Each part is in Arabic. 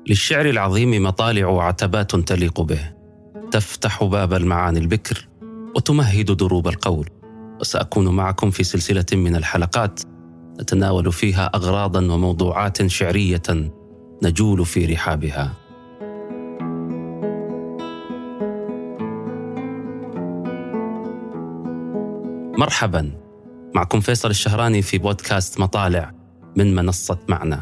للشعر العظيم مطالع وعتبات تليق به، تفتح باب المعاني البكر وتمهد دروب القول. وسأكون معكم في سلسلة من الحلقات نتناول فيها أغراضا وموضوعات شعرية نجول في رحابها. مرحبا، معكم فيصل الشهراني في بودكاست مطالع من منصة معنا.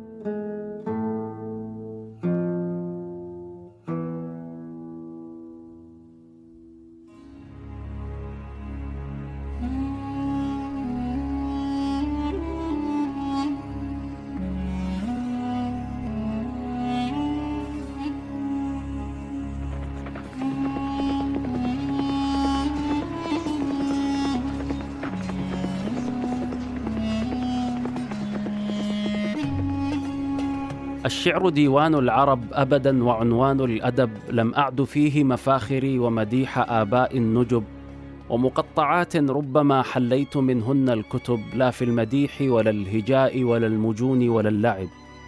الشعر ديوان العرب أبداً وعنوان الأدب، لم أعد فيه مفاخري ومديح آباء النجب، ومقطعات ربما حليت منهن الكتب، لا في المديح ولا الهجاء ولا المجون ولا اللعب.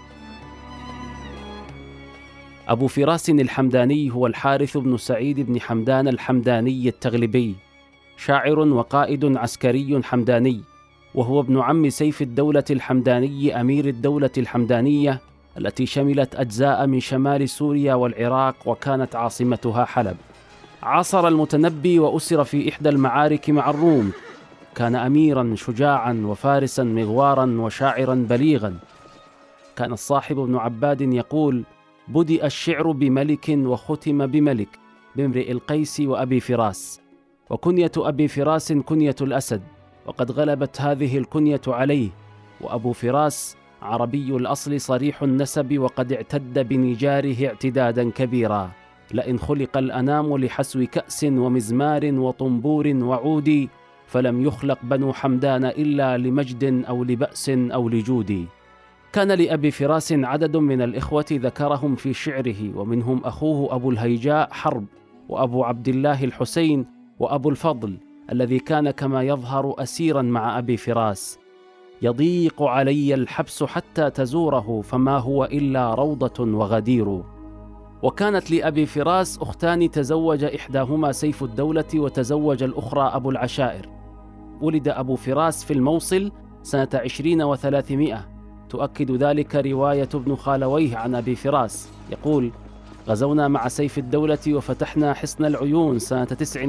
أبو فراس الحمداني هو الحارث بن سعيد بن حمدان الحمداني التغلبي، شاعر وقائد عسكري حمداني، وهو ابن عم سيف الدولة الحمداني أمير الدولة الحمدانية التي شملت أجزاء من شمال سوريا والعراق وكانت عاصمتها حلب. عاصر المتنبي وأسر في إحدى المعارك مع الروم. كان أميرا شجاعا وفارسا مغوارا وشاعرا بليغا. كان الصاحب ابن عباد يقول: بدأ الشعر بملك وختم بملك، بامرئ القيس وأبي فراس، وكنية أبي فراس كنية الأسد، وقد غلبت هذه الكنية عليه. وأبو فراس عربي الأصل صريح النسب، وقد اعتد بنجاره اعتدادا كبيرا. لئن خلق الأنام لحسو كأس ومزمار وطنبور وعود، فلم يخلق بنو حمدان إلا لمجد أو لبأس أو لجود. كان لأبي فراس عدد من الإخوة ذكرهم في شعره، ومنهم أخوه أبو الهيجاء حرب، وأبو عبد الله الحسين، وأبو الفضل الذي كان كما يظهر أسيرا مع أبي فراس. يضيق علي الحبس حتى تزوره، فما هو إلا روضة وغدير. وكانت لأبي فراس أختان، تزوج إحداهما سيف الدولة وتزوج الأخرى أبو العشائر. ولد أبو فراس في الموصل سنة 20 و300. تؤكد ذلك رواية ابن خالويه عن أبي فراس، يقول: غزونا مع سيف الدولة وفتحنا حصن العيون سنة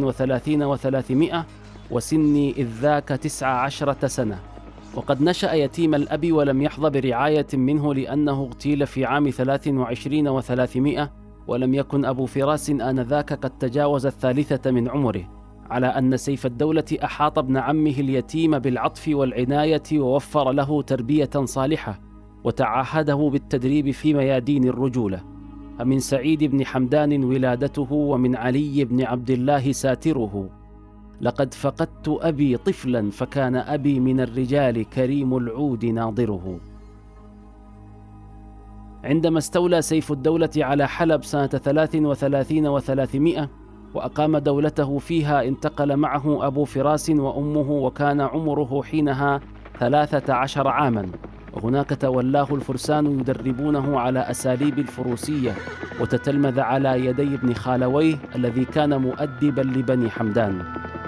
39 و300، وسني إذ ذاك 19 سنة. وقد نشأ يتيم الأب ولم يحظى برعاية منه، لأنه اغتيل في عام 23 و300، ولم يكن أبو فراس آنذاك قد تجاوز 3 من عمره، على أن سيف الدولة أحاط ابن عمه اليتيم بالعطف والعناية، ووفر له تربية صالحة، وتعاهده بالتدريب في ميادين الرجولة. فمن سعيد بن حمدان ولادته، ومن علي بن عبد الله ساتره. لقد فقدت أبي طفلا، فكان أبي من الرجال كريم العود ناظره. عندما استولى سيف الدولة على حلب سنة 33 و300 وأقام دولته فيها، انتقل معه أبو فراس وأمه، وكان عمره حينها 13 عاما، وهناك تولاه الفرسان يدربونه على أساليب الفروسية، وتتلمذ على يدي ابن خالويه الذي كان مؤدبا لبني حمدان.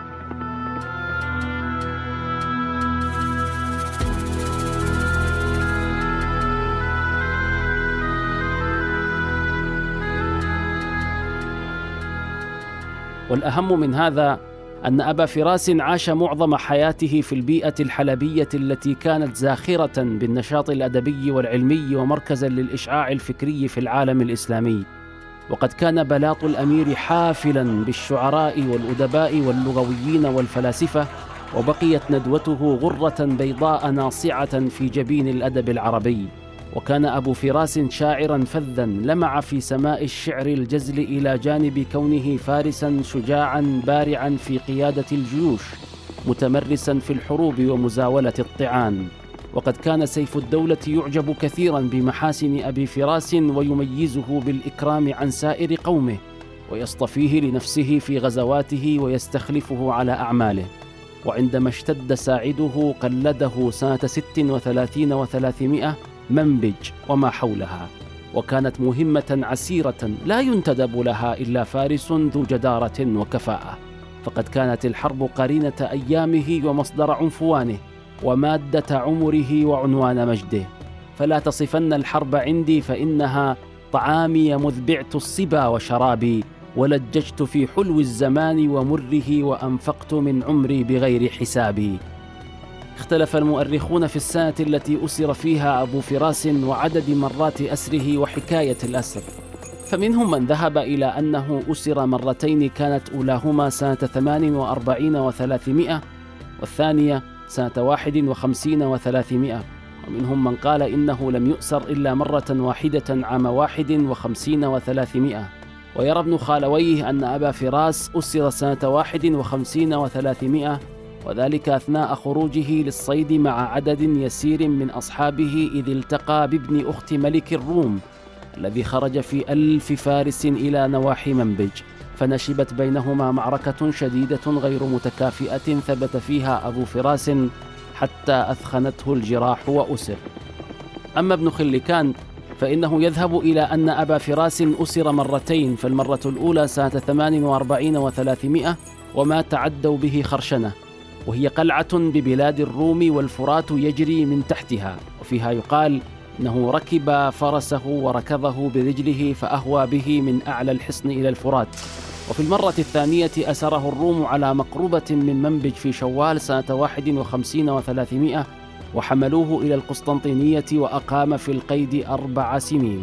والأهم من هذا أن أبا فراس عاش معظم حياته في البيئة الحلبية التي كانت زاخرة بالنشاط الأدبي والعلمي، ومركزا للإشعاع الفكري في العالم الإسلامي. وقد كان بلاط الأمير حافلا بالشعراء والأدباء واللغويين والفلاسفة، وبقيت ندوته غرة بيضاء ناصعة في جبين الأدب العربي. وكان أبو فراس شاعرا فذا لمع في سماء الشعر الجزل، إلى جانب كونه فارسا شجاعا بارعا في قيادة الجيوش، متمرسا في الحروب ومزاولة الطعان. وقد كان سيف الدولة يعجب كثيرا بمحاسن أبي فراس، ويميزه بالإكرام عن سائر قومه، ويصطفيه لنفسه في غزواته ويستخلفه على أعماله. وعندما اشتد ساعده قلده سنة 36 و300 منبج وما حولها، وكانت مهمة عسيرة لا ينتدب لها إلا فارس ذو جدارة وكفاءة، فقد كانت الحرب قرينة أيامه ومصدر عنفوانه ومادة عمره وعنوان مجده. فلا تصفن الحرب عندي فإنها طعامي مذ بعت الصبا وشرابي، ولججت في حلو الزمان ومره، وأنفقت من عمري بغير حسابي. اختلف المؤرخون في السنة التي أسر فيها أبو فراس وعدد مرات أسره وحكاية الأسر، فمنهم من ذهب إلى أنه أسر مرتين، كانت أولاهما سنة 48 و300 والثانية سنة 51 و300، ومنهم من قال إنه لم يؤسر إلا مرة واحدة عام 51 و300. ويرى ابن خالويه أن أبا فراس أسر سنة 51 و300، وذلك أثناء خروجه للصيد مع عدد يسير من أصحابه، إذ التقى بابن أخت ملك الروم الذي خرج في 1000 فارس إلى نواحي منبج، فنشبت بينهما معركة شديدة غير متكافئة ثبت فيها أبو فراس حتى أثخنته الجراح وأسر. أما ابن خلكان فإنه يذهب إلى أن أبا فراس أسر مرتين، فالمرة الأولى سنة 48 و300 وما تعدوا به خرشنة، وهي قلعة ببلاد الروم والفرات يجري من تحتها، وفيها يقال إنه ركب فرسه وركضه برجله فأهوى به من أعلى الحصن إلى الفرات. وفي المرة الثانية أسره الروم على مقربة من منبج في شوال سنة 51 و300، وحملوه إلى القسطنطينية وأقام في القيد 4 سنين.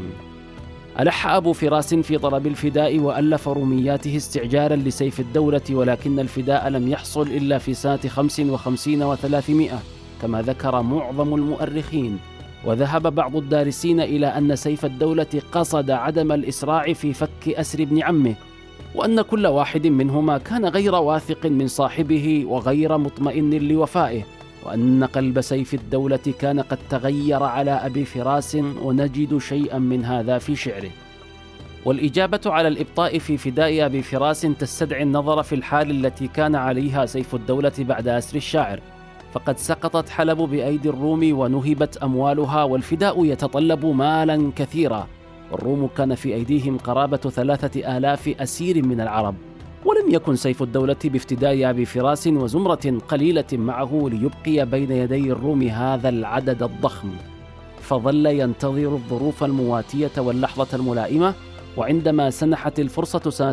ألح أبو فراس في طلب الفداء وألف رومياته استعجالا لسيف الدولة، ولكن الفداء لم يحصل إلا في سنة 55 و300 كما ذكر معظم المؤرخين. وذهب بعض الدارسين إلى أن سيف الدولة قصد عدم الإسراع في فك أسر ابن عمه، وأن كل واحد منهما كان غير واثق من صاحبه وغير مطمئن لوفائه، وأن قلب سيف الدولة كان قد تغير على أبي فراس، ونجد شيئا من هذا في شعره. والإجابة على الإبطاء في فداء أبي فراس تستدعي النظر في الحال التي كان عليها سيف الدولة بعد أسر الشاعر، فقد سقطت حلب بأيدي الروم ونهبت أموالها، والفداء يتطلب مالا كثيرا، والروم كان في أيديهم قرابة 3000 أسير من العرب، ولم يكن سيف الدولة بافتداء أبي فراس وزمرة قليلة معه ليبقي بين يدي الروم هذا العدد الضخم، فظل ينتظر الظروف المواتية واللحظة الملائمة، وعندما سنحت الفرصة سنة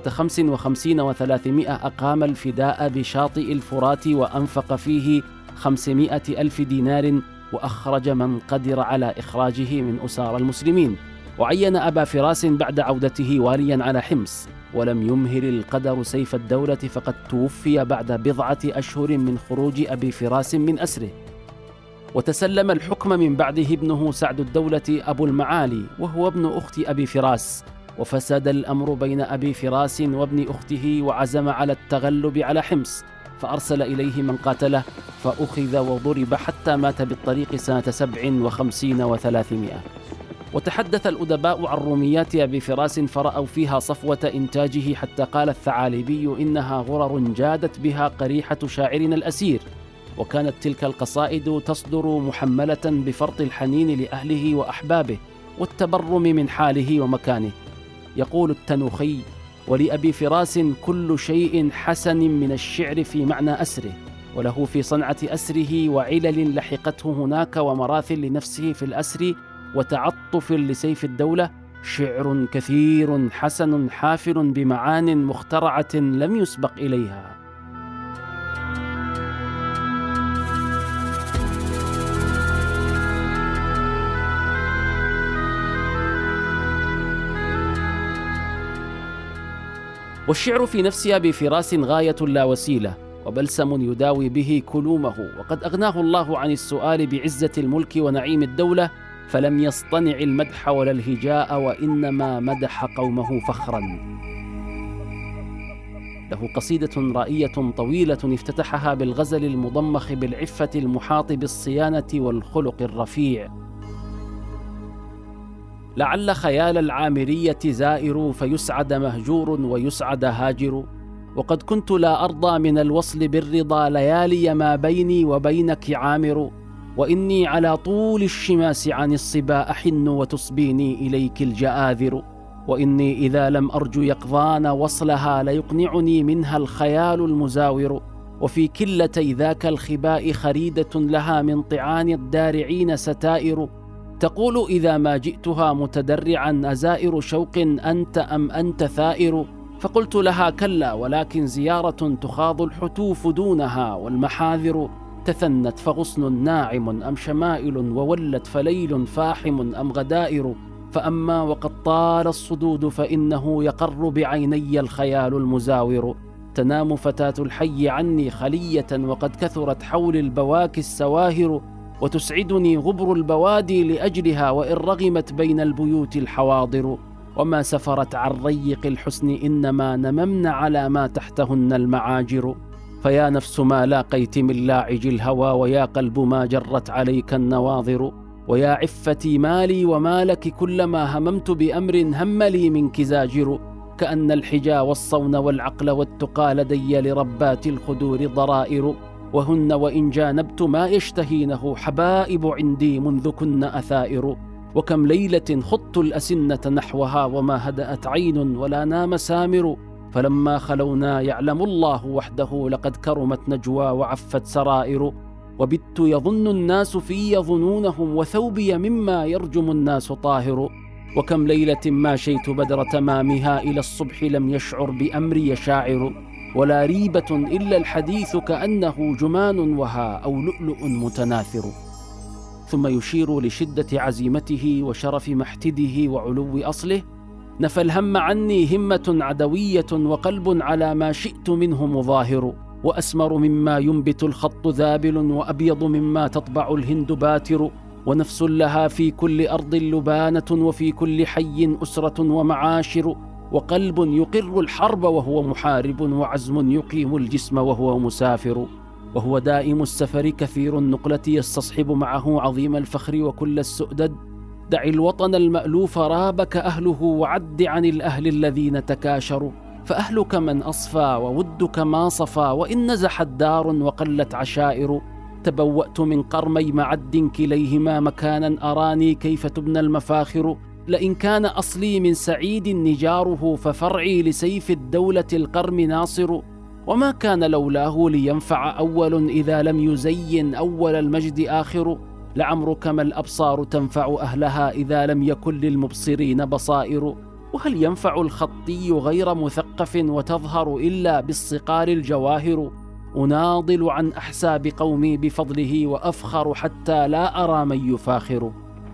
55 و300 أقام الفداء بشاطئ الفرات وأنفق فيه 500,000 دينار، وأخرج من قدر على إخراجه من أسار المسلمين، وعين أبا فراس بعد عودته واليا على حمص. ولم يمهل القدر سيف الدولة، فقد توفي بعد 4 أشهر من خروج أبي فراس من أسره، وتسلم الحكم من بعده ابنه سعد الدولة أبو المعالي، وهو ابن أخت أبي فراس. وفسد الأمر بين أبي فراس وابن أخته، وعزم على التغلب على حمص، فأرسل إليه من قاتله، فأخذ وضرب حتى مات بالطريق سنة 57 و300. وتحدث الأدباء عن روميات أبي فراس فرأوا فيها صفوة إنتاجه، حتى قال الثعالبي إنها غرر جادت بها قريحة شاعرنا الأسير، وكانت تلك القصائد تصدر محملة بفرط الحنين لأهله وأحبابه والتبرم من حاله ومكانه. يقول التنوخي: ولأبي فراس كل شيء حسن من الشعر في معنى أسره، وله في صنعة أسره وعلل لحقته هناك، ومراثل لنفسه في الأسر، وتعطف لسيف الدولة، شعر كثير حسن حافل بمعان مخترعة لم يسبق إليها. والشعر في نفس أبي فراس غاية لا وسيلة، وبلسم يداوي به كلومه، وقد أغناه الله عن السؤال بعزة الملك ونعيم الدولة، فلم يصطنع المدح ولا الهجاء، وإنما مدح قومه فخرا. له قصيدة رائية طويلة افتتحها بالغزل المضمخ بالعفة المحاط بالصيانة والخلق الرفيع: لعل خيال العامرية زائر، فيسعد مهجور ويسعد هاجر، وقد كنت لا أرضى من الوصل بالرضا، ليالي ما بيني وبينك عامر، وإني على طول الشماس عن الصبا أحن وتصبيني إليك الجآذر، وإني إذا لم أرجو يقظان وصلها ليقنعني منها الخيال المزاور، وفي كلتي ذاك الخباء خريدة لها من طعان الدارعين ستائر، تقول إذا ما جئتها متدرعا أزائر شوق أنت أم أنت ثائر، فقلت لها كلا ولكن زيارة تخاض الحتوف دونها والمحاذر، تثنت فغصن ناعم أم شمائل وولت فليل فاحم أم غدائر، فأما وقد طال الصدود فإنه يقر بعيني الخيال المزاور، تنام فتاة الحي عني خلية وقد كثرت حول البواكي السواهر، وتسعدني غبر البوادي لأجلها وإن رغمت بين البيوت الحواضر، وما سفرت عن ريق الحسن إنما نممن على ما تحتهن المعاجر، فيا نفس ما لاقيت من لاعج الهوى ويا قلب ما جرت عليك النواظر، ويا عفتي مالي ومالك كلما هممت بأمر هم لي منك زاجر، كأن الحجا والصون والعقل والتقى لدي لربات الخدور ضرائر، وهن وإن جانبت ما يشتهينه حبائب عندي منذ كن أثائر، وكم ليلة خضت الأسنة نحوها وما هدأت عين ولا نام سامر، فلما خلونا يعلم الله وحده لقد كرمت نجوى وعفت سرائر، وبت يظن الناس في ظنونهم وثوبي مما يرجم الناس طاهر، وكم ليلة ما شيت بدر تمامها إلى الصبح لم يشعر بأمري شاعر، ولا ريبة إلا الحديث كأنه جمان وها أو لؤلؤ متناثر. ثم يشير لشدة عزيمته وشرف محتده وعلو أصله: نفى الهم عني همة عدوية وقلب على ما شئت منه مظاهر، وأسمر مما ينبت الخط ذابل وأبيض مما تطبع الهند باتر، ونفس لها في كل أرض لبانة وفي كل حي أسرة ومعاشر، وقلب يقر الحرب وهو محارب وعزم يقيم الجسم وهو مسافر، وهو دائم السفر كثير النقلة يستصحب معه عظيم الفخر وكل السؤدد، دع الوطن المألوف رابك أهله وعد عن الأهل الذين تكاشروا، فأهلك من أصفى وودك ما صفى وإن نزحت دار وقلت عشائر، تبوأت من قرمي معد كليهما مكانا أراني كيف تبنى المفاخر، لئن كان أصلي من سعيد نجاره ففرعي لسيف الدولة القرم ناصر، وما كان لولاه لينفع أول إذا لم يزين أول المجد آخر، لعمرك ما الأبصار تنفع أهلها إذا لم يكن للمبصرين بصائر، وهل ينفع الخطي غير مثقف وتظهر إلا بالصقار الجواهر، أناضل عن أحساب قومي بفضله وأفخر حتى لا أرى من يفاخر،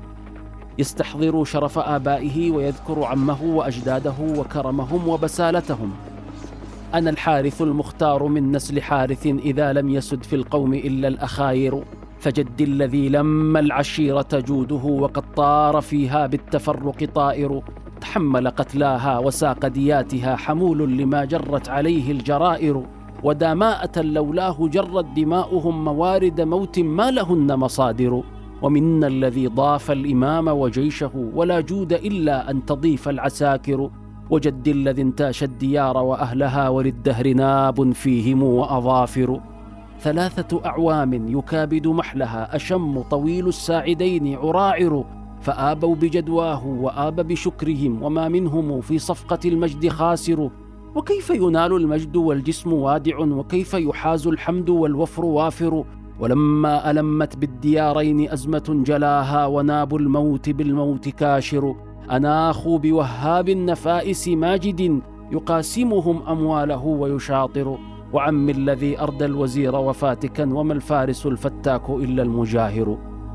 يستحضر شرف آبائه ويذكر عمه وأجداده وكرمهم وبسالتهم: أنا الحارث المختار من نسل حارث إذا لم يسد في القوم إلا الأخاير، فجد الذي لم العشيرة جوده وقد طار فيها بالتفرق طائر، تحمل قتلاها وساق دياتها حمول لما جرت عليه الجرائر، ودماءة لولاه جرت دماؤهم موارد موت ما لهن مصادر، ومنا الذي ضاف الإمام وجيشه ولا جود إلا أن تضيف العساكر، وجد الذي انتاش الديار وأهلها وللدهر ناب فيهم وأظافر، 3 أعوام يكابد محلها أشم طويل الساعدين عراعر، فآبوا بجدواه وآب بشكرهم وما منهم في صفقة المجد خاسر، وكيف ينال المجد والجسم وادع وكيف يحاز الحمد والوفر وافر، ولما ألمت بالديارين أزمة جلاها وناب الموت بالموت كاشر، أناخوا بوهاب النفائس ماجد يقاسمهم أمواله ويشاطر، وعم الذي أردى الوزير وفاتكا وما الفارس الفتاك إلا المجاهر.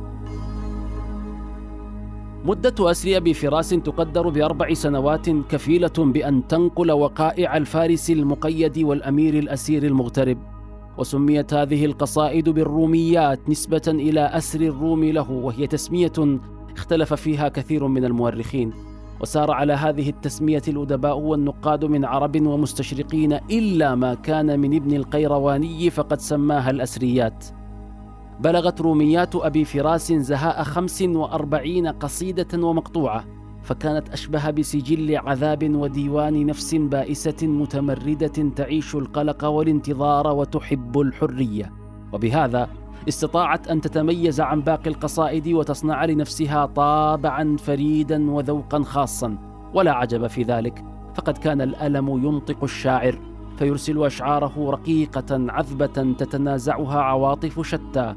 مدة أسر أبي فراس تقدر ب4 سنوات كفيلة بأن تنقل وقائع الفارس المقيد والأمير الأسير المغترب، وسميت هذه القصائد بالروميات نسبة إلى أسر الروم له، وهي تسمية اختلف فيها كثير من المؤرخين، وسار على هذه التسمية الأدباء والنقاد من عرب ومستشرقين إلا ما كان من ابن القيرواني فقد سماها الأسريات. بلغت روميات أبي فراس زهاء 45 قصيدة ومقطوعة، فكانت أشبه بسجل عذاب وديوان نفس بائسة متمردة تعيش القلق والانتظار وتحب الحرية، وبهذا استطاعت أن تتميز عن باقي القصائد وتصنع لنفسها طابعا فريدا وذوقا خاصا. ولا عجب في ذلك، فقد كان الألم ينطق الشاعر فيرسل أشعاره رقيقة عذبة تتنازعها عواطف شتى،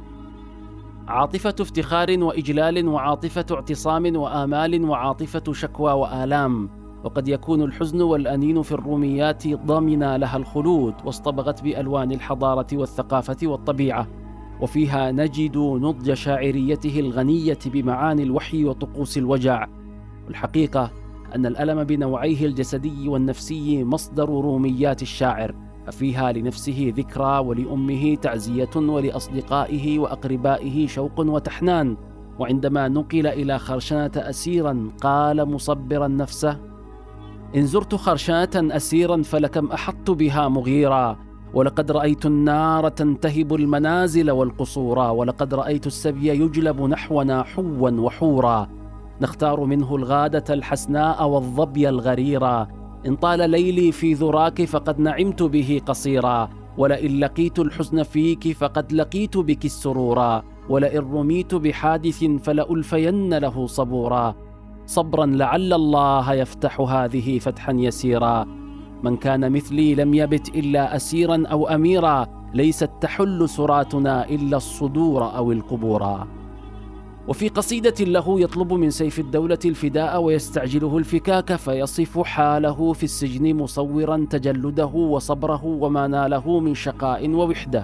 عاطفة افتخار وإجلال، وعاطفة اعتصام وآمال، وعاطفة شكوى وآلام. وقد يكون الحزن والأنين في الروميات ضامنا لها الخلود، واصطبغت بألوان الحضارة والثقافة والطبيعة، وفيها نجد نضج شاعريته الغنية بمعاني الوحي وطقوس الوجع. والحقيقة أن الألم بنوعيه الجسدي والنفسي مصدر روميات الشاعر، ففيها لنفسه ذكرى، ولأمه تعزية، ولأصدقائه وأقربائه شوق وتحنان. وعندما نقل إلى خرشنة أسيرا قال مصبرا نفسه: إن زرت خرشنة أسيرا فلكم أحطت بها مغيرا، ولقد رأيت النار تنتهب المنازل والقصورا، ولقد رأيت السبي يجلب نحونا حوا وحورا، نختار منه الغادة الحسناء والظبي الغريرا، إن طال ليلي في ذراك فقد نعمت به قصيرا، ولئن لقيت الحزن فيك فقد لقيت بك السرورا، ولئن رميت بحادث فلألفين له صبورا، صبرا لعل الله يفتح هذه فتحا يسيرا، من كان مثلي لم يبت إلا أسيرا أو أميرا، ليست تحل سراتنا إلا الصدور أو القبورا. وفي قصيدة له يطلب من سيف الدولة الفداء ويستعجله الفكاك، فيصف حاله في السجن مصورا تجلده وصبره وما ناله من شقاء ووحدة: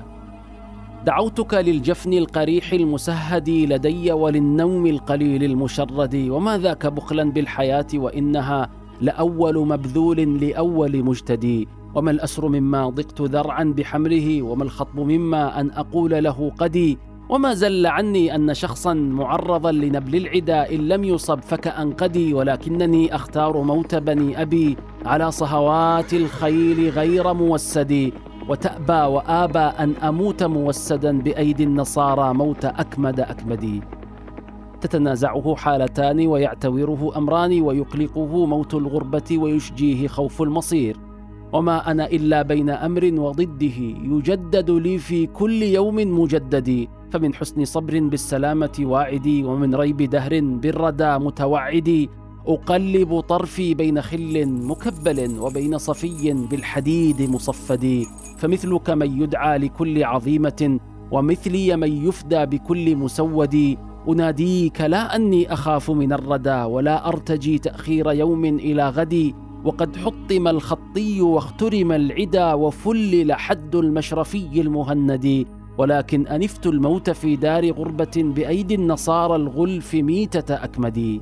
دعوتك للجفن القريح المسهد لدي وللنوم القليل المشرد، وما ذاك بخلا بالحياة وإنها لأول مبذول لأول مجتدي، وما الأسر مما ضقت ذرعا بحمله، وما الخطب مما أن أقول له قدي، وما زل عني أن شخصا معرضا لنبل العدا إن لم يصب فكأنقدي، ولكنني أختار موت بني أبي على صهوات الخيل غير موسد، وتأبى وآبى أن أموت موسدا بأيدي النصارى موت أكمد أكمدي. تتنازعه حالتان ويعتوره أمران، ويقلقه موت الغربة ويشجيه خوف المصير، وما أنا إلا بين أمر وضده يجدد لي في كل يوم مجدد، فمن حسن صبر بالسلامة واعدي، ومن ريب دهر بالردى متوعدي، أقلب طرفي بين خل مكبل وبين صفي بالحديد مصفد، فمثلك من يدعى لكل عظيمة، ومثلي من يفدى بكل مسود، أناديك لا أني أخاف من الردى، ولا أرتجي تأخير يوم إلى غدي، وقد حطم الخطي واخترم العدا، وفلل حد المشرفي المهند، ولكن أنفت الموت في دار غربة بأيدي النصارى الغلف ميتة أكمدي.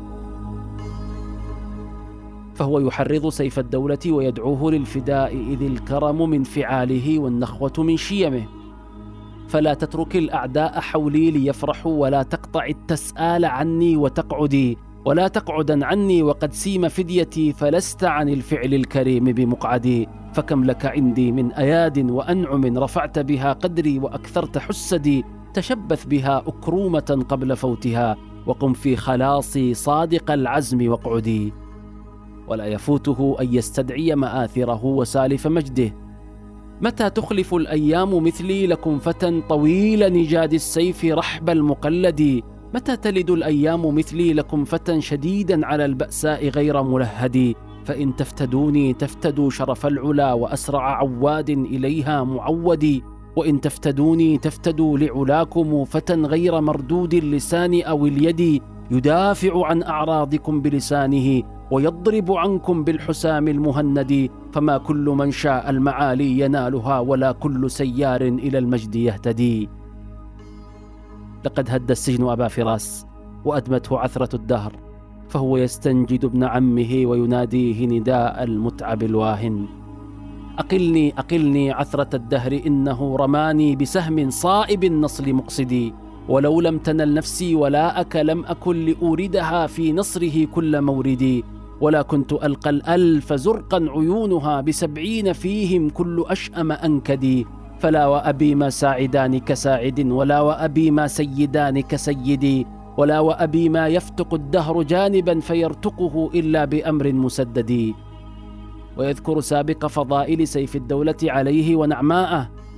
فهو يحرض سيف الدولة ويدعوه للفداء، إذ الكرم من فعاله والنخوة من شيمه، فلا تترك الأعداء حولي ليفرحوا، ولا تقطع التسآل عني وتقعدي، ولا تقعدا عني وقد سيم فديتي، فلست عن الفعل الكريم بمقعدي، فكم لك عندي من أياد وأنعم رفعت بها قدري وأكثرت حسدي، تشبث بها أكرومة قبل فوتها، وقم في خلاصي صادق العزم واقعدي. ولا يفوته أن يستدعي مآثره وسالف مجده: متى تخلف الأيام مثلي لكم فتى طويل نجاد السيف رحب المقلد، متى تلد الأيام مثلي لكم فتى شديدا على البأساء غير ملهد، فإن تفتدوني تفتدوا شرف العلا وأسرع عواد إليها معودي، وإن تفتدوني تفتدوا لعلاكم فتى غير مردود اللسان أو اليد، يدافع عن أعراضكم بلسانه ويضرب عنكم بالحسام المهند، فما كل من شاء المعالي ينالها، ولا كل سيار إلى المجد يهتدي. لقد هد السجن أبا فراس وأدمته عثرة الدهر، فهو يستنجد ابن عمه ويناديه نداء المتعب الواهن: أقلني أقلني عثرة الدهر، إنه رماني بسهم صائب النصل مقصدي، ولو لم تنل نفسي ولاءك لم أكن لأوردها في نصره كل موردي، ولا كنت ألقى الألف زرقا عيونها ب70 فيهم كل أشأم أنكدي، فلا وأبي ما ساعدان كساعد، ولا وأبي ما سيدان كسيدي، ولا وأبي ما يفتق الدهر جانبا فيرتقه إلا بأمر مسدد. ويذكر سابق فضائل سيف الدولة عليه ونعماءه،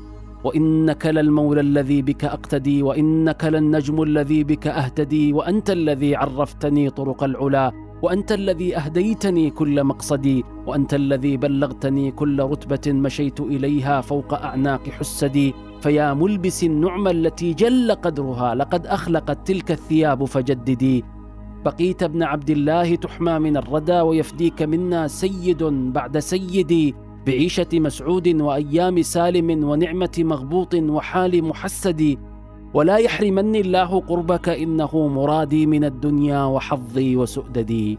وإنك للمولى الذي بك أقتدي، وإنك للنجم الذي بك أهتدي، وأنت الذي عرفتني طرق العلا، وأنت الذي أهديتني كل مقصدي، وأنت الذي بلغتني كل رتبة مشيت إليها فوق أعناق حسدي. فيا ملبس النعمة التي جل قدرها، لقد أخلقت تلك الثياب فجددي. بقيت ابن عبد الله تحمى من الردى، ويفديك منا سيد بعد سيدي، بعيشة مسعود وأيام سالم ونعمة مغبوط وحال محسد. ولا يحرمني الله قربك، إنه مرادي من الدنيا وحظي وسؤددي.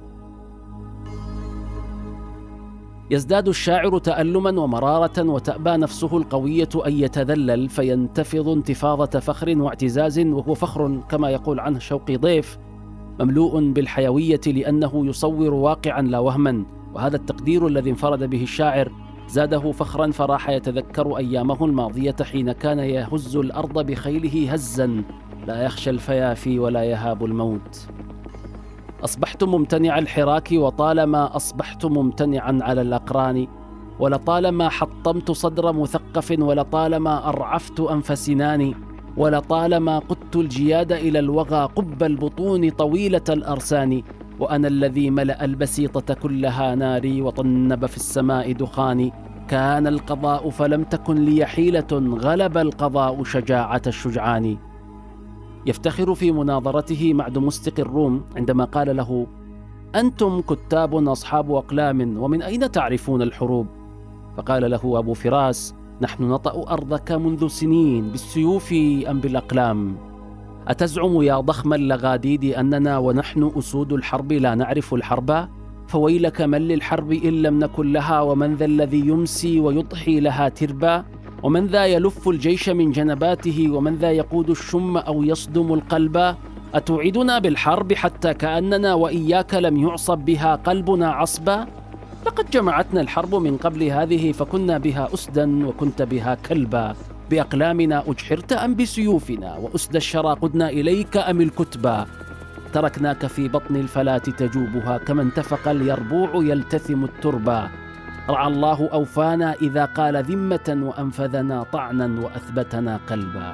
يزداد الشاعر تألما ومرارة، وتأبى نفسه القوية أن يتذلل، فينتفض انتفاضة فخر واعتزاز، وهو فخر كما يقول عنه شوقي ضيف مملوء بالحيوية، لأنه يصور واقعا لا وهما. وهذا التقدير الذي انفرد به الشاعر زاده فخرا، فراح يتذكر أيامه الماضية حين كان يهز الأرض بخيله هزا، لا يخشى الفيافي ولا يهاب الموت. أصبحت ممتنع الحراك، وطالما أصبحت ممتنعا على الأقران، ولطالما حطمت صدر مثقف، ولطالما أرعفت أنف سناني، ولطالما قدت الجياد إلى الوغى قب البطون طويلة الأرسان. وأنا الذي ملأ البسيطة كلها ناري، وطنب في السماء دخاني. كان القضاء فلم تكن لي حيلة، غلب القضاء شجاعة الشجعان. يفتخر في مناظرته مع دمستق الروم عندما قال له: أنتم كتاب أصحاب أقلام، ومن أين تعرفون الحروب؟ فقال له أبو فراس: نحن نطأ أرضك منذ سنين، بالسيوف أم بالأقلام؟ أتزعم يا ضخم اللغاديد أننا ونحن أسود الحرب لا نعرف الحرب؟ فويلك من للحرب إن لم نكن لها، ومن ذا الذي يمسي ويضحي لها تربا؟ ومن ذا يلف الجيش من جنباته، ومن ذا يقود الشم أو يصدم القلب؟ أتوعدنا بالحرب حتى كأننا وإياك لم يعصب بها قلبنا عصبا؟ لقد جمعتنا الحرب من قبل هذه، فكنا بها أسدا وكنت بها كلبا. بأقلامنا أجحرت أم بسيوفنا؟ وأسد الشرى قدنا إليك أم الكتبا؟ تركناك في بطن الفلاة تجوبها، كما انتفق اليربوع يلتثم التربا. رعى الله أوفانا إذا قال ذمة، وأنفذنا طعنا وأثبتنا قلبا.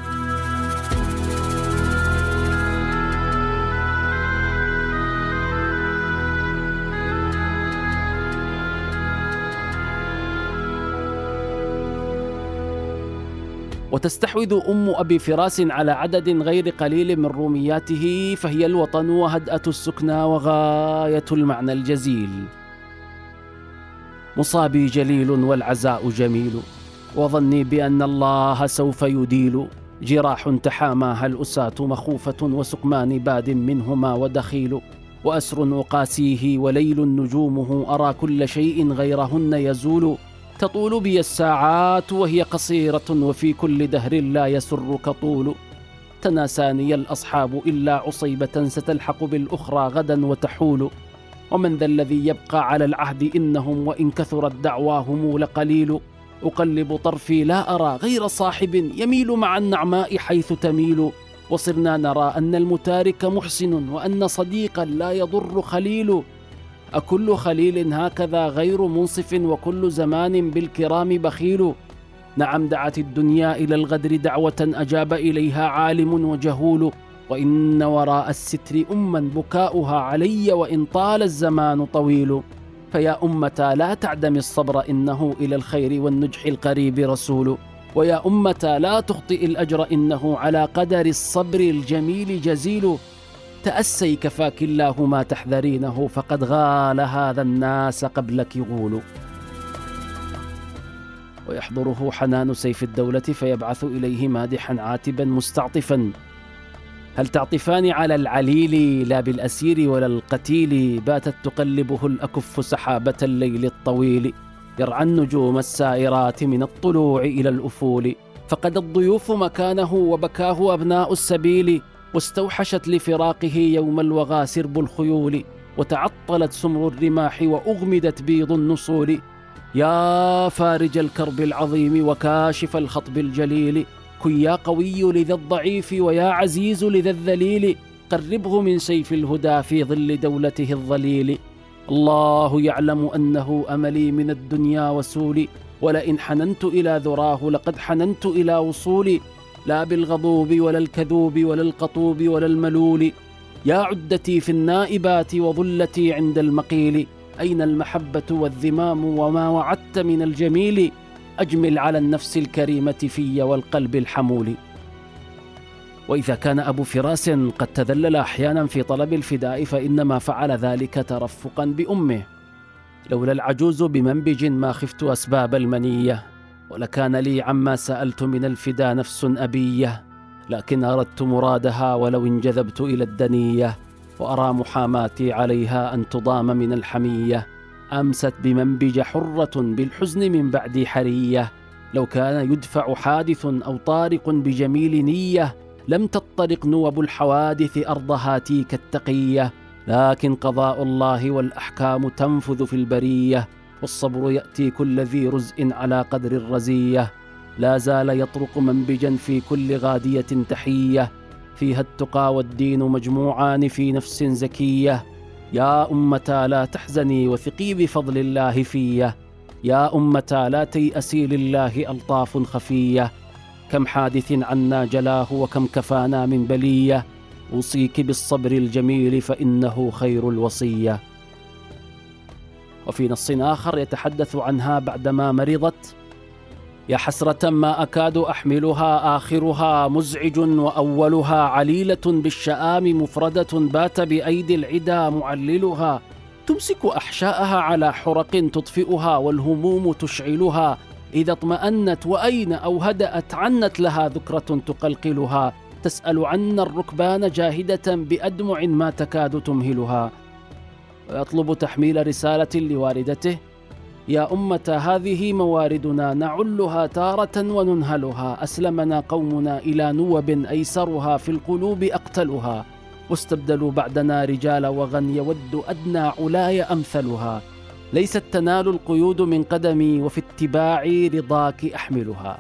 وتستحوذ أم أبي فراس على عدد غير قليل من رومياته، فهي الوطن وهدأة السكنى وغاية المعنى الجزيل. مصابي جليل والعزاء جميل، وظني بأن الله سوف يديل. جراح تحاماها الأساة مخوفة، وسقمان باد منهما ودخيل. وأسر أقاسيه وليل نجومه، أرى كل شيء غيرهن يزول. تطول بي الساعات وهي قصيرة، وفي كل دهر لا يسرك طول. تناساني الأصحاب إلا عصيبة، ستلحق بالأخرى غدا وتحول. ومن ذا الذي يبقى على العهد، إنهم وإن كثرت دعواهم لقليل. أقلب طرفي لا أرى غير صاحب، يميل مع النعماء حيث تميل. وصرنا نرى أن المتارك محسن، وأن صديقا لا يضر خليل. أكل خليل هكذا غير منصف، وكل زمان بالكرام بخيل. نعم دعت الدنيا إلى الغدر دعوة، أجاب إليها عالم وجهول. وإن وراء الستر أما بكاؤها علي، وإن طال الزمان طويل. فيا أمتا لا تعدم الصبر، إنه إلى الخير والنجح القريب رسول. ويا أمتا لا تخطئ الأجر، إنه على قدر الصبر الجميل جزيل. تأسي كفاك الله ما تحذرينه، فقد غال هذا الناس قبلك غول. ويحضره حنان سيف الدولة، فيبعث إليه مادحا عاتبا مستعطفا: هل تعطفان على العليل لا بالأسير ولا القتيل؟ باتت تقلبه الأكف سحابة الليل الطويل، يرعى النجوم السائرات من الطلوع إلى الأفول. فقد الضيوف مكانه، وبكاه أبناء السبيل. واستوحشت لفراقه يوم الوغى سرب الخيول، وتعطلت سمر الرماح، وأغمدت بيض النصول. يا فارج الكرب العظيم، وكاشف الخطب الجليل، كن يا قوي لذا الضعيف، ويا عزيز لذا الذليل. قربه من سيف الهدى في ظل دولته الظليل. الله يعلم أنه أملي من الدنيا وسولي، ولئن حننت إلى ذراه لقد حننت إلى وصولي، لا بالغضوب ولا الكذوب ولا القطوب ولا الملول. يا عدتي في النائبات وظلتي عند المقيل، أين المحبة والذمام وما وعدت من الجميل؟ أجمل على النفس الكريمة في والقلب الحمول. وإذا كان أبو فراس قد تذلل أحيانا في طلب الفداء فإنما فعل ذلك ترفقا بأمه. لولا العجوز بمنبج ما خفت أسباب المنية، ولكان لي عما سألت من الفدا نفس أبية، لكن أردت مرادها ولو انجذبت إلى الدنية، وأرى محاماتي عليها أن تضام من الحمية. أمست بمنبج حرة بالحزن من بعد حرية، لو كان يدفع حادث أو طارق بجميل نية، لم تطرق نوب الحوادث أرض هاتيك التقية. لكن قضاء الله والأحكام تنفذ في البرية، والصبر يأتي كل ذي رزء على قدر الرزية. لا زال يطرق منبجا في كل غادية تحية، فيها التقى والدين مجموعان في نفس زكية. يا أمتا لا تحزني وثقي بفضل الله فيه، يا أمتا لا تيأسي لله ألطاف خفية. كم حادث عنا جلاه وكم كفانا من بلية، أوصيك بالصبر الجميل فإنه خير الوصية. وفي نص آخر يتحدث عنها بعدما مرضت: يا حسرة ما أكاد أحملها، آخرها مزعج وأولها عليلة بالشآم مفردة، بات بأيدي العدا معللها. تمسك أحشاءها على حرق تطفئها، والهموم تشعلها. إذا اطمأنت وأين أو هدأت عنت لها ذكرة تقلقلها. تسأل عنا الركبان جاهدة بأدمع ما تكاد تمهلها. ويطلب تحميل رسالة لوالدته: يا أمة هذه مواردنا، نعلها تارة وننهلها. أسلمنا قومنا إلى نوب أيسرها، في القلوب أقتلها. واستبدلوا بعدنا رجال وغن، يود أدنى علاي أمثلها. ليست تنال القيود من قدمي، وفي اتباعي رضاك أحملها.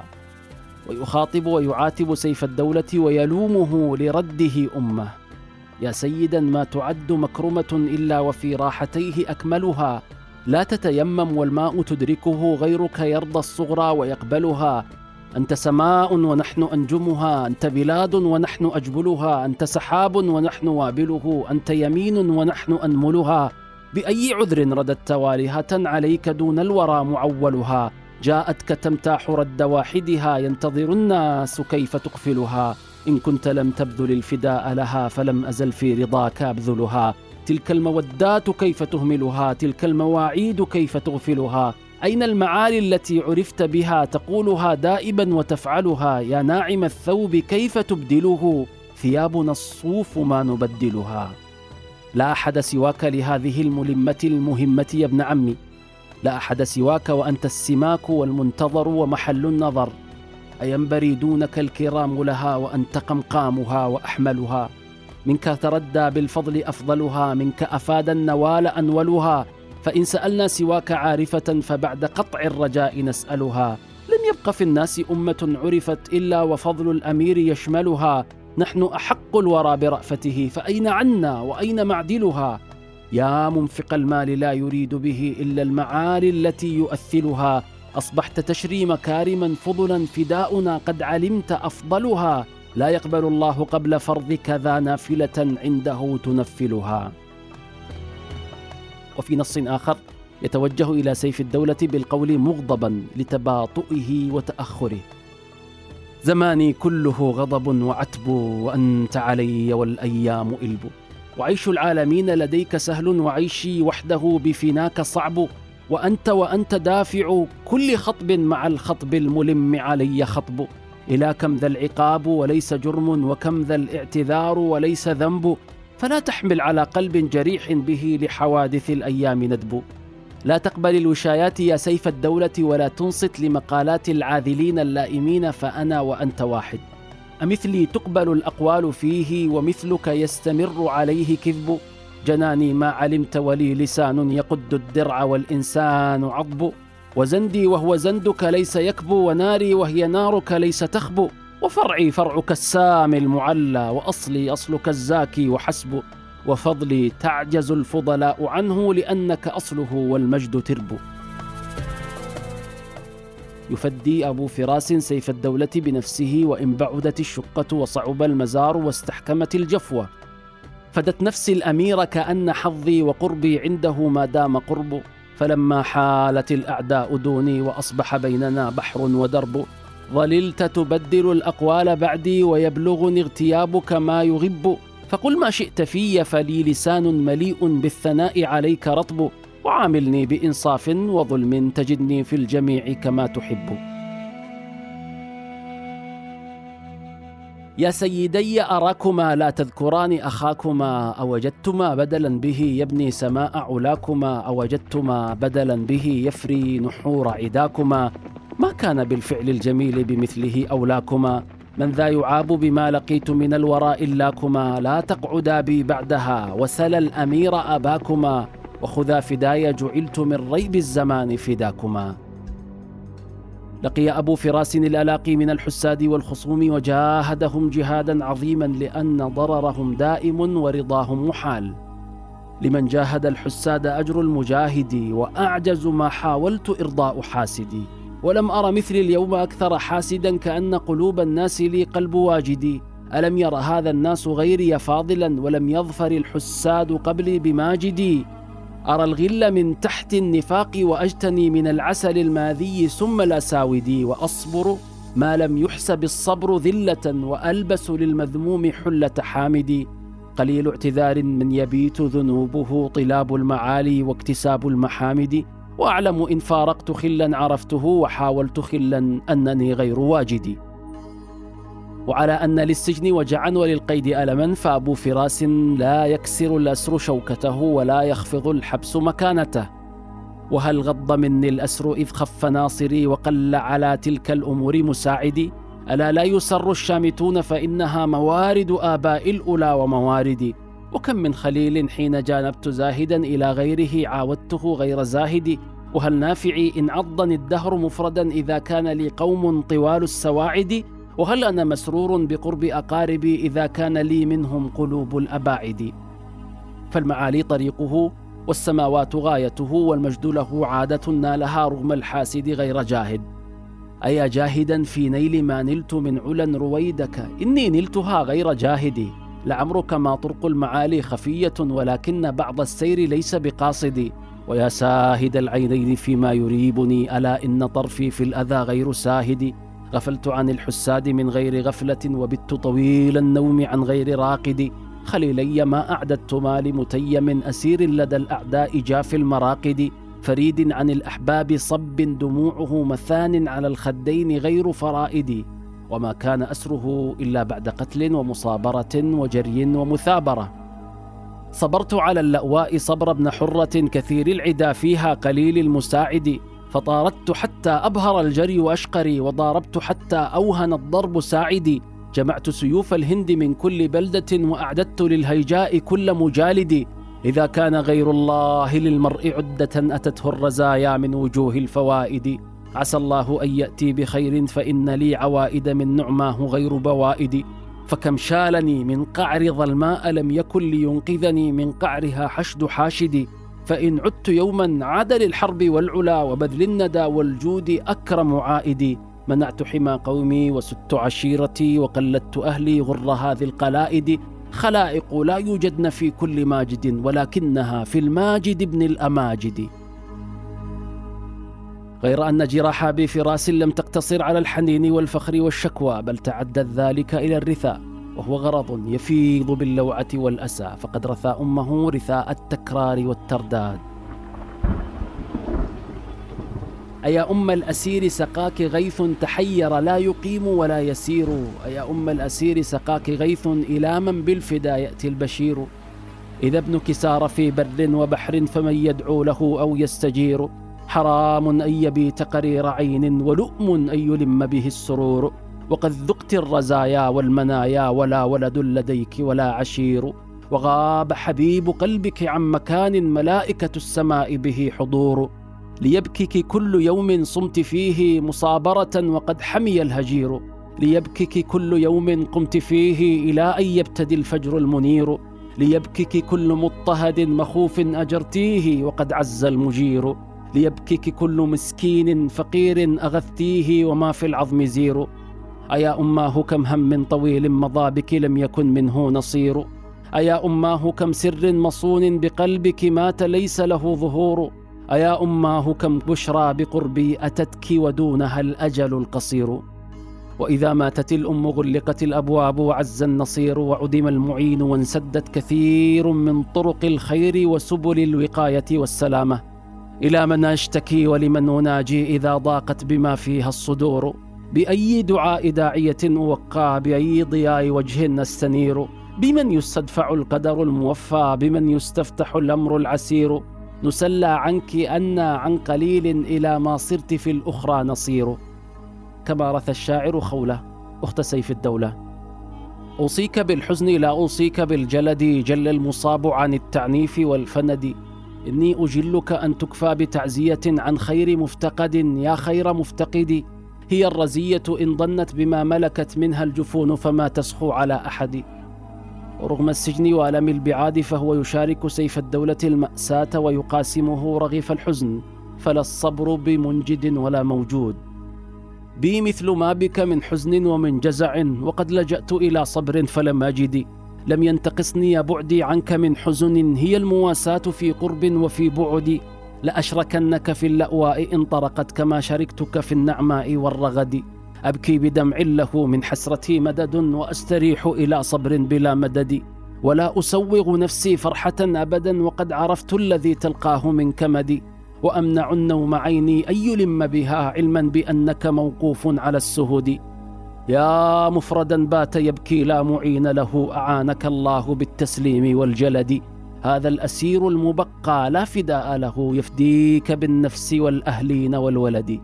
ويخاطب ويعاتب سيف الدولة ويلومه لرده أمه: يا سيدا ما تعد مكرمة إلا وفي راحتيه أكملها. لا تتيمم والماء تدركه، غيرك يرضى الصغرى ويقبلها. أنت سماء ونحن أنجمها، أنت بلاد ونحن أجبلها، أنت سحاب ونحن وابله، أنت يمين ونحن أنملها. بأي عذر رددت والهة عليك دون الورى معولها؟ جاءتك تمتاح رد واحدها، ينتظر الناس كيف تقفلها. إن كنت لم تبذل الفداء لها، فلم أزل في رضاك أبذلها. تلك المودات كيف تهملها، تلك المواعيد كيف تغفلها. أين المعالي التي عرفت بها، تقولها دائبا وتفعلها. يا ناعم الثوب كيف تبدله، ثيابنا الصوف ما نبدلها. لا أحد سواك لهذه الملمة المهمة يا ابن عمي، لا أحد سواك وأنت السماك والمنتظر ومحل النظر. أينبري دونك الكرام لها، وأنت قمقامها وأحملها. منك تردى بالفضل أفضلها، منك أفاد النوال أنولها. فإن سألنا سواك عارفة، فبعد قطع الرجاء نسألها. لم يبق في الناس أمة عرفت إلا وفضل الأمير يشملها. نحن أحق الورى برأفته، فأين عنا وأين معدلها؟ يا منفق المال لا يريد به إلا المعالي التي يؤثلها. أصبحت تشري مكارما فضلا، فداؤنا قد علمت أفضلها. لا يقبل الله قبل فرضك ذا نافلة عنده تنفلها. وفي نص آخر يتوجه إلى سيف الدولة بالقول مغضبا لتباطؤه وتأخره: زماني كله غضب وعتب، وأنت علي والأيام إلب. وعيش العالمين لديك سهل، وعيشي وحده بفناك صعب. وأنت دافع كل خطب، مع الخطب الملم علي خطب. إلى كم ذا العقاب وليس جرم، وكم ذا الاعتذار وليس ذنب. فلا تحمل على قلب جريح به لحوادث الأيام ندب. لا تقبل الوشايات يا سيف الدولة، ولا تنصت لمقالات العاذلين اللائمين، فأنا وأنت واحد. أمثلي تقبل الأقوال فيه، ومثلك يستمر عليه كذب. جناني ما علمت ولي لسان يقد الدرع، والإنسان عضب. وزندي وهو زندك ليس يكبو، وناري وهي نارك ليس تخبو. وفرعي فرعك السامي المعلى، وأصلي أصلك الزاكي وحسب. وفضلي تعجز الفضلاء عنه، لأنك أصله والمجد ترب. يفدي أبو فراس سيف الدولة بنفسه، وإن بعدت الشقة وصعب المزار واستحكمت الجفوة. فدت نفسي الأمير كأن حظي وقربي عنده ما دام قرب، فلما حالت الأعداء دوني وأصبح بيننا بحر ودرب، ظللت تبدل الأقوال بعدي ويبلغني اغتيابك ما يغب، فقل ما شئت في فلي لسان مليء بالثناء عليك رطب، وعاملني بإنصاف وظلم تجدني في الجميع كما تحب. يا سيدي أراكما لا تذكران أخاكما، أوجدتما بدلا به يبني سماء علاكما، أوجدتما بدلا به يفري نحور عداكما، ما كان بالفعل الجميل بمثله أولاكما، من ذا يعاب بما لقيت من الوراء إلاكما، لا تقعدا بي بعدها وسل الأمير أباكما، وخذا فداي جعلت من ريب الزمان فداكما. لقي أبو فراس الألاقي من الحساد والخصوم وجاهدهم جهادا عظيما، لأن ضررهم دائم ورضاهم محال. لمن جاهد الحساد أجر المجاهد، وأعجز ما حاولت إرضاء حاسدي، ولم أر مثلي اليوم أكثر حاسدا، كأن قلوب الناس لي قلب واجدي. ألم ير هذا الناس غيري فاضلا، ولم يظفر الحساد قبلي بماجدي. أرى الغل من تحت النفاق، وأجتني من العسل الماذي ثم الأساودي، وأصبر ما لم يحسب الصبر ذلة، وألبس للمذموم حلة حامدي. قليل اعتذار من يبيت ذنوبه طلاب المعالي واكتساب المحامد، وأعلم إن فارقت خلا عرفته، وحاولت خلا أنني غير واجدي. وعلى أن للسجن وجعا وللقيد ألما، فأبو فراس لا يكسر الأسر شوكته، ولا يخفض الحبس مكانته. وهل غض مني الأسر إذ خف ناصري، وقل على تلك الأمور مساعدي. ألا لا يسر الشامتون، فإنها موارد آباء الأولى ومواردي. وكم من خليل حين جانبت زاهدا، إلى غيره عاودته غير زاهدي. وهل نافعي إن عضني الدهر مفردا، إذا كان لي قوم طوال السواعد. وهل أنا مسرور بقرب أقاربي، إذا كان لي منهم قلوب الأباعد. فالمعالي طريقه، والسماوات غايته، والمجد له عادة نالها رغم الحاسد غير جاهد. أيا جاهدا في نيل ما نلت من علا رويدك، إني نلتها غير جاهدي. لعمرك ما طرق المعالي خفية، ولكن بعض السير ليس بقاصدي. ويا ساهد العينين فيما يريبني، ألا إن طرفي في الأذى غير ساهد. غفلت عن الحساد من غير غفلة، وبت طويل النوم عن غير راقد. خليلي ما أعددتما لمتيم، أسير لدى الأعداء جاف المراقد. فريد عن الأحباب صب دموعه، مثان على الخدين غير فرائد. وما كان أسره إلا بعد قتل ومصابرة وجري ومثابرة. صبرت على اللأواء صبر ابن حرة، كثير العدا فيها قليل المساعد. فطاردت حتى أبهر الجري وأشقري، وضاربت حتى أوهن الضرب ساعدي. جمعت سيوف الهند من كل بلدة، وأعددت للهيجاء كل مجالد. إذا كان غير الله للمرء عدة، أتته الرزايا من وجوه الفوائد. عسى الله أن يأتي بخير، فإن لي عوائد من نعماه غير بوائد. فكم شالني من قعر ظلماء، لم يكن لينقذني من قعرها حشد حاشد. فإن عدت يوما عاد للحرب والعلا، وبذل الندى والجود أكرم عائدي. منعت حمى قومي وسدت عشيرتي، وقلدت أهلي غر هذه القلائد. خلائق لا يوجدن في كل ماجد، ولكنها في الماجد ابن الأماجد. غير أن جراح أبي فراس لم تقتصر على الحنين والفخر والشكوى، بل تعدت ذلك إلى الرثاء، وهو غرض يفيض باللوعة والأسى. فقد رثى أمه رثاء التكرار والترداد. أيا أم الأسير سقاك غيث تحير، لا يقيم ولا يسير. أيا أم الأسير سقاك غيث، إلى من بالفدا يأتي البشير. إذا ابنك سار في بر وبحر، فمن يدعو له أو يستجير. حرام أن يبيت قرير عين، ولؤم أن يلم به السرور. وقد ذقت الرزايا والمنايا، ولا ولد لديك ولا عشير. وغاب حبيب قلبك عن مكان، ملائكة السماء به حضور. ليبكك كل يوم صمت فيه مصابرة، وقد حمي الهجير. ليبكك كل يوم قمت فيه، إلى أن يبتدي الفجر المنير. ليبكك كل مضطهد مخوف أجرتيه، وقد عز المجير. ليبكيك كل مسكين فقير أغثتيه وما في العظم زير. أيا أماه كم هم طويل مضى بك لم يكن منه نصير. أيا أماه كم سر مصون بقلبك مات ليس له ظهور. أيا أماه كم بشرى بقربي أتتك ودونها الأجل القصير. وإذا ماتت الأم غلقت الأبواب وعز النصير وعدم المعين وانسدت كثير من طرق الخير وسبل الوقاية والسلامة. إلى من أشتكي ولمن أناجي إذا ضاقت بما فيها الصدور. بأي دعاء داعية أوقى بأي ضياء وجه أستنير. بمن يستدفع القدر الموفى بمن يستفتح الأمر العسير. نسلى عنك أنا عن قليل إلى ما صرت في الأخرى نصير. كما رثى الشاعر خولة أخت سيف الدولة. أوصيك بالحزن لا أوصيك بالجلد جل المصاب عن التعنيف والفند. إني أجلك أن تكفى بتعزية عن خير مفتقد يا خير مفتقد. هي الرزية إن ضنت بما ملكت منها الجفون فما تسخو على أحد. ورغم السجن وألم البعاد فهو يشارك سيف الدولة المأساة ويقاسمه رغيف الحزن. فلا الصبر بمنجد ولا موجود. بي مثل ما بك من حزن ومن جزع وقد لجأت إلى صبر فلم أجد. لم ينتقصني بعدي عنك من حزن هي المواساة في قرب وفي بعد. لأشركنك في اللأواء إن طرقت كما شاركتك في النعماء والرغد. أبكي بدمع له من حسرتي مدد وأستريح إلى صبر بلا مدد. ولا أسوغ نفسي فرحة أبدا وقد عرفت الذي تلقاه من كمد. وأمنع النوم عيني أن يلم بها علما بأنك موقوف على السهد. يا مفردا بات يبكي لا معين له أعانك الله بالتسليم والجلد. هذا الأسير المبقى لا فداء له يفديك بالنفس والأهلين والولد.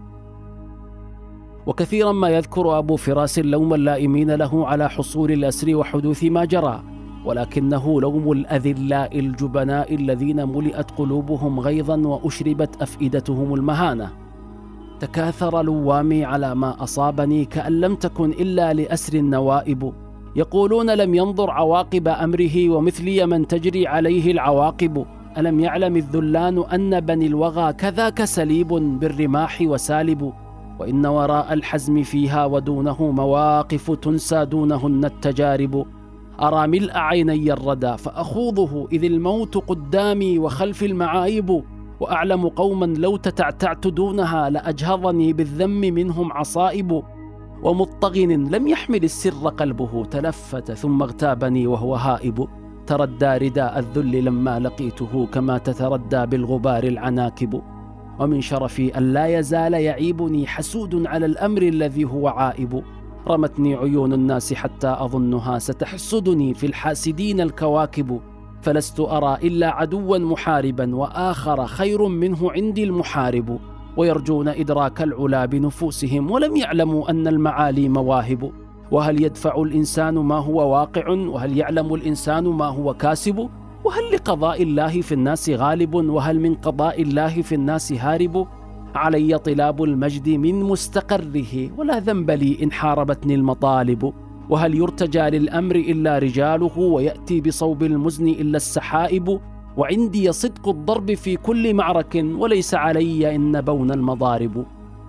وكثيرا ما يذكر أبو فراس لوم اللائمين له على حصول الأسر وحدوث ما جرى. ولكنه لوم الأذلاء الجبناء الذين ملئت قلوبهم غيظا وأشربت أفئدتهم المهانة. تكاثر لوامي على ما أصابني كأن لم تكن إلا لأسر النوائب. يقولون لم ينظر عواقب أمره ومثلي من تجري عليه العواقب. ألم يعلم الذلان أن بني الوغى كذاك سليب بالرماح وسالب. وإن وراء الحزم فيها ودونه مواقف تنسى دونهن التجارب. أرى ملء عيني الردى فأخوضه إذ الموت قدامي وخلف المعايب. وأعلم قوما لو تتعتعت دونها لأجهضني بالذم منهم عصائب. ومضطغن لم يحمل السر قلبه تلفت ثم اغتابني وهو هائب. تردى رداء الذل لما لقيته كما تتردى بالغبار العناكب. ومن شرفي أن لا يزال يعيبني حسود على الأمر الذي هو عائب. رمتني عيون الناس حتى أظنها ستحسدني في الحاسدين الكواكب. فلست أرى إلا عدوا محاربا وآخر خير منه عندي المحارب. ويرجون إدراك العلا بنفوسهم ولم يعلموا أن المعالي مواهب. وهل يدفع الإنسان ما هو واقع وهل يعلم الإنسان ما هو كاسب. وهل لقضاء الله في الناس غالب وهل من قضاء الله في الناس هارب. علي طلاب المجد من مستقره ولا ذنب لي إن حاربتني المطالب. وهل يرتجى للأمر إلا رجاله ويأتي بصوب المزن إلا السحائب. وعندي صدق الضرب في كل معرك وليس علي إن نبون المضارب.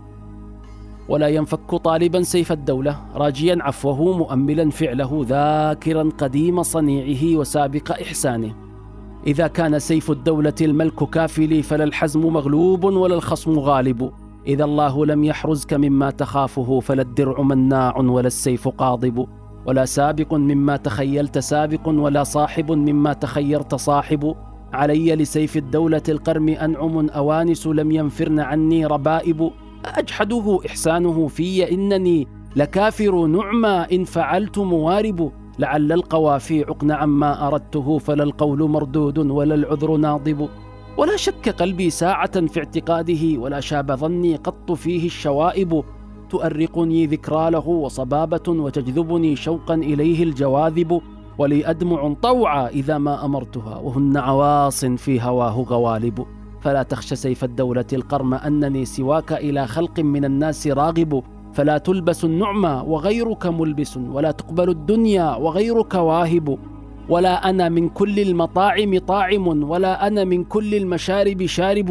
ولا ينفك طالبا سيف الدولة راجيا عفوه مؤملا فعله ذاكرا قديم صنيعه وسابق إحسانه. إذا كان سيف الدولة الملك كافلي فلا الحزم مغلوب ولا الخصم غالب. إذا الله لم يحرزك مما تخافه فلا الدرع مناع ولا السيف قاضب. ولا سابق مما تخيلت سابق ولا صاحب مما تخيرت صاحب. علي لسيف الدولة القرم أنعم أوانس لم ينفرن عني ربائب. أجحده إحسانه في إنني لكافر نعمى إن فعلت موارب. لعل القوافي عقن عما أردته فلا القول مردود ولا العذر ناضب. ولا شك قلبي ساعة في اعتقاده ولا شاب ظني قط فيه الشوائب. تؤرقني ذكرى له وصبابة وتجذبني شوقا إليه الجواذب. ولي أدمع طوعا إذا ما أمرتها وهن عواص في هواه غوالب. فلا تخش سيف الدولة القرم أنني سواك إلى خلق من الناس راغب. فلا تلبس النعمى وغيرك ملبس ولا تقبل الدنيا وغيرك واهب. ولا أنا من كل المطاعم طاعم ولا أنا من كل المشارب شارب.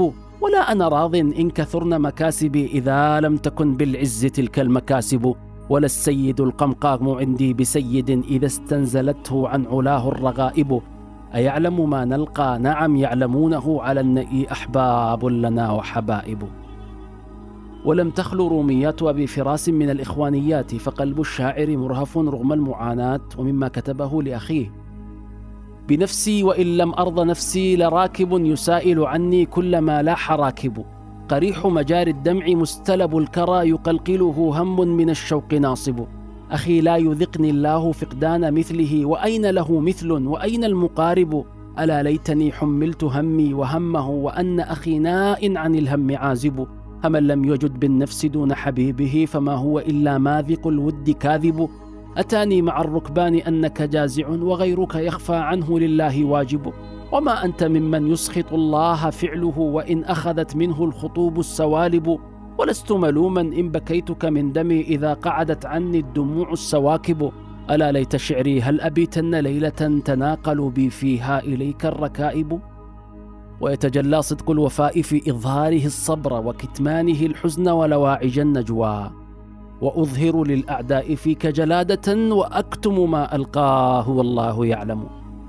ولا أنا راض إن كثرن مكاسبي إذا لم تكن بالعز تلك المكاسب. ولا السيد القمقام عندي بسيد إذا استنزلته عن علاه الرغائب. أيعلم ما نلقى؟ نعم يعلمونه، على النئي أحباب لنا وحبائب. ولم تخلو روميات أبي فراس من الإخوانيات، فقلب الشاعر مرهف رغم المعاناة ومما كتبه لأخيه: بنفسي وإن لم أرض نفسي لراكب يسائل عني كل ما لاح راكب. قريح مجاري الدمع مستلب الكرى يقلقله هم من الشوق ناصب. أخي لا يذقني الله فقدان مثله، وأين له مثل وأين المقارب. ألا ليتني حملت همي وهمه، وأن أخي ناء عن الهم عازب. فمن لم يجد بالنفس دون حبيبه، فما هو إلا ماذق الود كاذب. أتاني مع الركبان أنك جازع، وغيرك يخفى عنه لله واجب. وما أنت ممن يسخط الله فعله، وإن أخذت منه الخطوب السوالب. ولست ملوما إن بكيتك من دمي، إذا قعدت عني الدموع السواكب. ألا ليت شعري هل أبيتن ليلة تناقل بي فيها إليك الركائب. ويتجلى صدق الوفاء في إظهاره الصبر وكتمانه الحزن ولواعج النجوى. وأظهر للأعداء فيك جلادة، وأكتم ما ألقاه والله يعلم.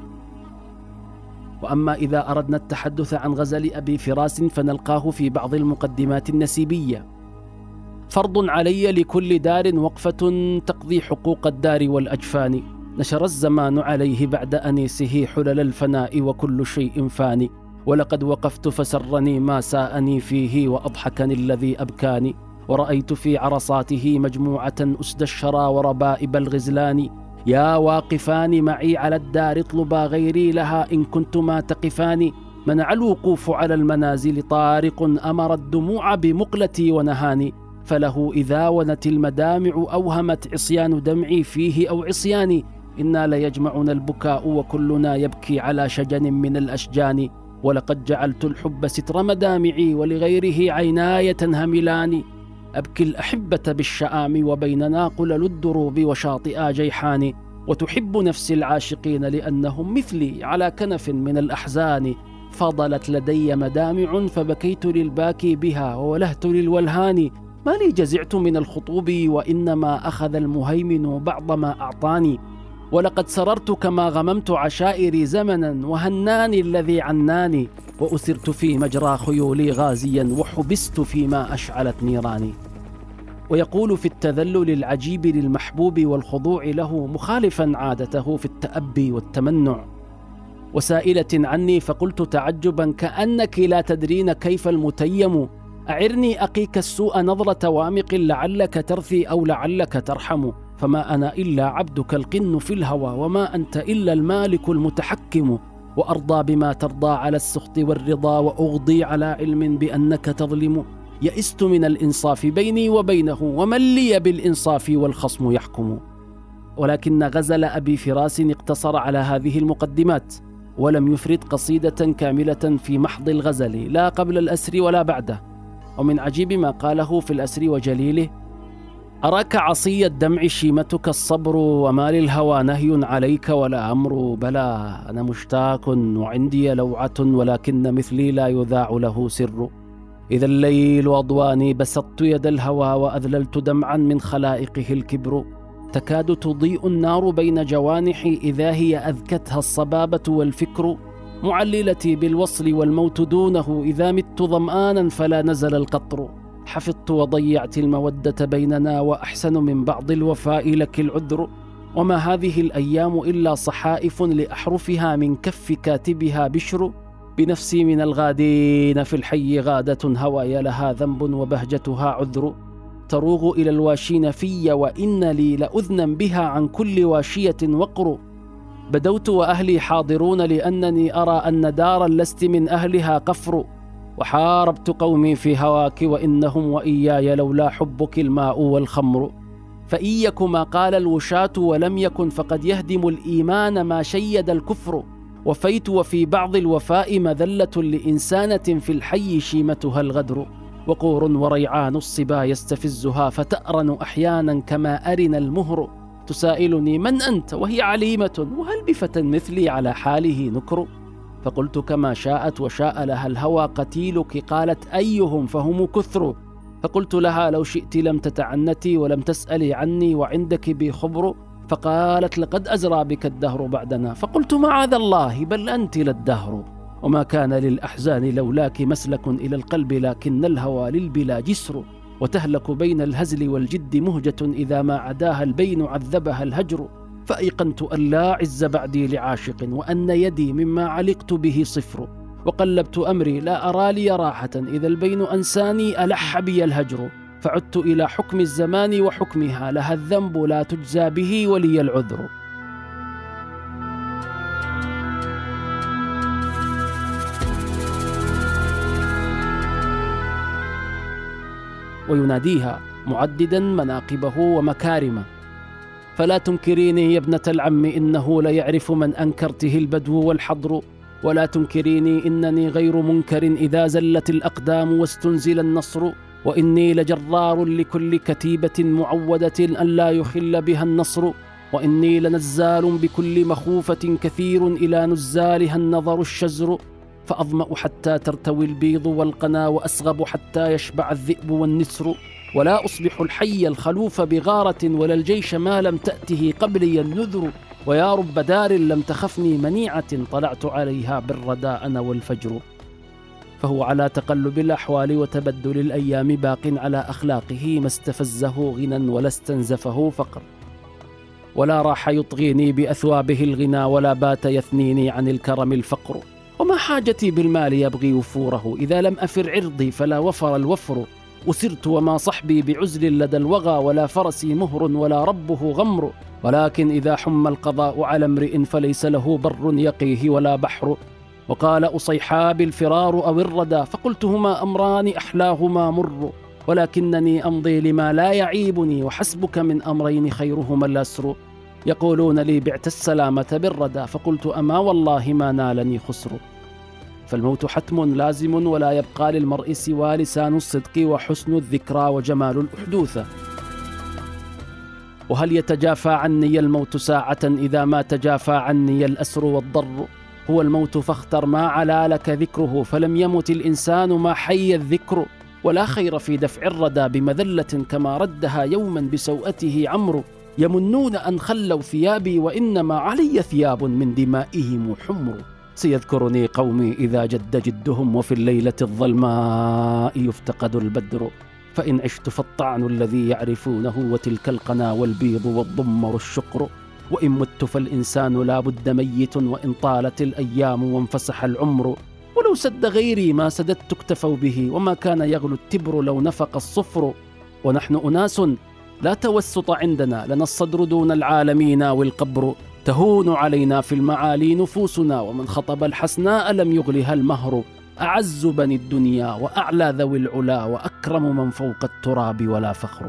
وأما إذا أردنا التحدث عن غزل أبي فراس فنلقاه في بعض المقدمات النسيبية: فرض علي لكل دار وقفة تقضي حقوق الدار والأجفان. نشر الزمان عليه بعد أنيسه حلل الفناء وكل شيء فاني. ولقد وقفت فسرني ما ساءني فيه، وأضحكني الذي أبكاني. ورأيت في عرصاته مجموعة أسد الشرى وربائب الغزلان. يا واقفان معي على الدار اطلبا غيري لها إن كنتما تقفان. منع الوقوف على المنازل طارق، أمر الدموع بمقلتي ونهاني. فله إذا ونت المدامع أوهمت عصيان دمعي فيه أو عصياني. إنا ليجمعنا البكاء وكلنا يبكي على شجن من الأشجان. ولقد جعلت الحب ستر مدامعي، ولغيره عيناي تنهملان. أبكي الأحبة بالشآم، وبيننا قلل الدروب وشاطئا جيحان. وتحب نفسي العاشقين لأنهم مثلي على كنف من الأحزان. فضلت لدي مدامع فبكيت للباكي بها، وولهت للولهان. ما لي جزعت من الخطوب، وإنما أخذ المهيمن بعض ما أعطاني. ولقد سررت كما غممت عشائري زمنا، وهناني الذي عناني. وأسرت في مجرى خيولي غازيا، وحبست فيما أشعلت نيراني. ويقول في التذلل العجيب للمحبوب والخضوع له، مخالفا عادته في التأبي والتمنع: وسائلة عني فقلت تعجبا كأنك لا تدرين كيف المتيم. أعرني أقيك السوء نظرة وامق، لعلك ترثي أو لعلك ترحم. فما أنا إلا عبدك القن في الهوى، وما أنت إلا المالك المتحكم. وأرضى بما ترضى على السخط والرضا، وأغضي على علم بأنك تظلم. يئست من الإنصاف بيني وبينه، ومن لي بالإنصاف والخصم يحكم. ولكن غزل أبي فراس اقتصر على هذه المقدمات، ولم يفرد قصيدة كاملة في محض الغزل، لا قبل الأسر ولا بعده. ومن عجيب ما قاله في الأسر وجليله: أراك عصي الدمع شيمتك الصبر، وما للهوى نهي عليك ولا أمر. بلى أنا مشتاق وعندي لوعة، ولكن مثلي لا يذاع له سر. إذا الليل أضواني بسطت يد الهوى، وأذللت دمعا من خلائقه الكبر. تكاد تضيء النار بين جوانحي، إذا هي أذكتها الصبابة والفكر. معللتي بالوصل والموت دونه، إذا مت ظمآنا فلا نزل القطر. حفظت وضيعت المودة بيننا، وأحسن من بعض الوفاء لك العذر. وما هذه الأيام إلا صحائف، لأحرفها من كف كاتبها بشر. بنفسي من الغادين في الحي غادة، هوايا لها ذنب وبهجتها عذر. تروغ إلى الواشين في، وإن لي لأذنا بها عن كل واشية وقر. بدوت وأهلي حاضرون، لأنني أرى أن دارا لست من أهلها قفر. وحاربت قومي في هواك، وإنهم وإياي لولا حبك الماء والخمر. فإيكما قال الوشاة ولم يكن، فقد يهدم الإيمان ما شيد الكفر. وفيت وفي بعض الوفاء مذلة، لإنسانة في الحي شيمتها الغدر. وقور وريعان الصبا يستفزها، فتأرن أحيانا كما أرن المهر. تسائلني من أنت وهي عليمة، وهل بفتى مثلي على حاله نكر. فقلت كما شاءت وشاء لها الهوى قتيلك. قالت أيهم؟ فهم كثر. فقلت لها لو شئت لم تتعنتي ولم تسألي عني وعندك بي خبر. فقالت لقد أزرى بك الدهر بعدنا. فقلت معاذ الله، بل أنت للدهر. وما كان للأحزان لولاك مسلك إلى القلب، لكن الهوى للبلا جسر. وتهلك بين الهزل والجد مهجة، إذا ما عداها البين عذبها الهجر. فأيقنت أن لا عز بعدي لعاشق، وأن يدي مما علقت به صفر. وقلبت أمري لا أرى لي راحة، إذا البين أنساني ألح بي الهجر. فعدت إلى حكم الزمان وحكمها، لها الذنب لا تجزى به ولي العذر. ويناديها معددا مناقبه ومكارمه: فلا تنكريني يا ابنة العم، إنه ليعرف من أنكرته البدو والحضر. ولا تنكريني إنني غير منكر، إذا زلت الأقدام واستنزل النصر. وإني لجرار لكل كتيبة معودة، أن لا يخل بها النصر. وإني لنزال بكل مخوفة، كثير إلى نزالها النظر الشزر. فأظمأ حتى ترتوي البيض والقنا، وأسغب حتى يشبع الذئب والنسر. ولا أصبح الحي الخلوف بغارة، ولا الجيش ما لم تأته قبلي النذر. ويا رب دار لم تخفني منيعة، طلعت عليها بالردى أنا والفجر. فهو على تقلب الأحوال وتبدل الأيام باق على أخلاقه، ما استفزه غنى ولا استنزفه فقر. ولا راح يطغيني بأثوابه الغنى، ولا بات يثنيني عن الكرم الفقر. وما حاجتي بالمال يبغي وفوره، إذا لم أفر عرضي فلا وفر الوفر. أسرت وما صحبي بعزل لدى الوغى، ولا فرسي مهر ولا ربه غمر. ولكن إذا حم القضاء على امرئ، فليس له بر يقيه ولا بحر. وقال أصيحاب الفرار أو الردى، فقلتهما أمران أحلاهما مر. ولكنني أمضي لما لا يعيبني، وحسبك من أمرين خيرهما الأسر. يقولون لي بعت السلامة بالردى، فقلت أما والله ما نالني خسر. فالموت حتم لازم، ولا يبقى للمرء سوى لسان الصدق وحسن الذكرى وجمال الأحدوثة. وهل يتجافى عني الموت ساعة، إذا ما تجافى عني الأسر والضر؟ هو الموت فاختر ما علا لك ذكره، فلم يمت الإنسان ما حي الذكر. ولا خير في دفع الردى بمذلة، كما ردها يوما بسوءته عمرو. يمنون أن خلوا ثيابي، وإنما علي ثياب من دمائهم حمر. سيذكرني قومي إذا جد جدهم، وفي الليلة الظلماء يفتقد البدر. فإن عشت فالطعن الذي يعرفونه، وتلك القنا والبيض والضمر الشقر. وإن مت فالإنسان لا بد ميت، وإن طالت الأيام وانفسح العمر. ولو سد غيري ما سددت اكتفوا به، وما كان يغلو التبر لو نفق الصفر. ونحن أناس لا توسط عندنا، لنا الصدر دون العالمين والقبر. تهون علينا في المعالي نفوسنا، ومن خطب الحسناء لم يغلها المهر. أعز بني الدنيا وأعلى ذوي العلا، وأكرم من فوق التراب ولا فخر.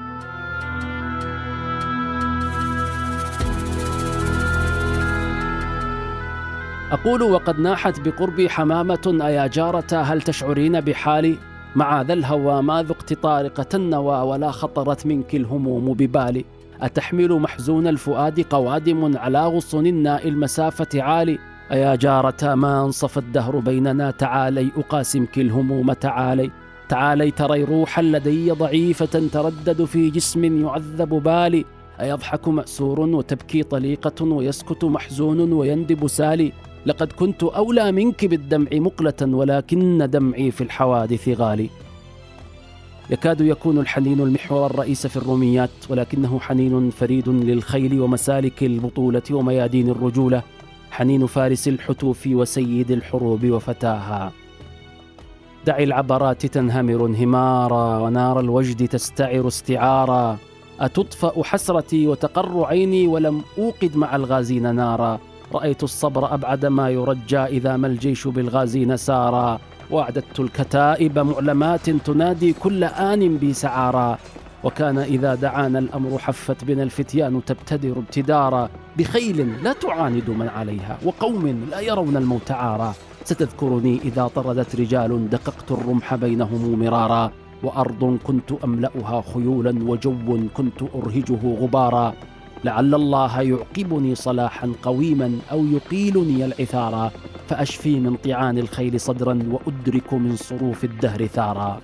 أقول وقد ناحت بقربي حمامة: أيا جارة هل تشعرين بحالي؟ مع ذا الهوى ما ذقت طارقة النوى، ولا خطرت منك الهموم ببالي. أتحمل محزون الفؤاد قوادم، على غصن الناء المسافة عالي. أيا جارة ما أنصف الدهر بيننا، تعالي أقاسمك الهموم تعالي. تعالي تري روحا لدي ضعيفة، تردد في جسم يعذب بالي. أيضحك مأسور وتبكي طليقة، ويسكت محزون ويندب سالي. لقد كنت أولى منك بالدمع مقلة، ولكن دمعي في الحوادث غالي. يكاد يكون الحنين المحور الرئيس في الروميات، ولكنه حنين فريد للخيل ومسالك البطولة وميادين الرجولة. حنين فارس الحتوف وسيد الحروب وفتاها. دع العبرات تنهمر انهمارا، ونار الوجد تستعر استعارا. أتطفأ حسرتي وتقر عيني، ولم أوقد مع الغازين نارا. رأيت الصبر أبعد ما يرجى، إذا ما الجيش بالغازين سارا. وأعددت الكتائب معلمات، تنادي كل آن بي سعارا. وكان إذا دعانا الأمر حفت بنا الفتيان، تبتدر ابتدارا. بخيل لا تعاند من عليها، وقوم لا يرون الموت عارا. ستذكرني إذا طردت رجال، دققت الرمح بينهم مرارا. وأرض كنت أملأها خيولا، وجو كنت أرهجه غبارا. لعل الله يعقبني صلاحا قويما، أو يقيلني العثارا. فأشفي من طعان الخيل صدرا وأدرك من صروف الدهر ثارا.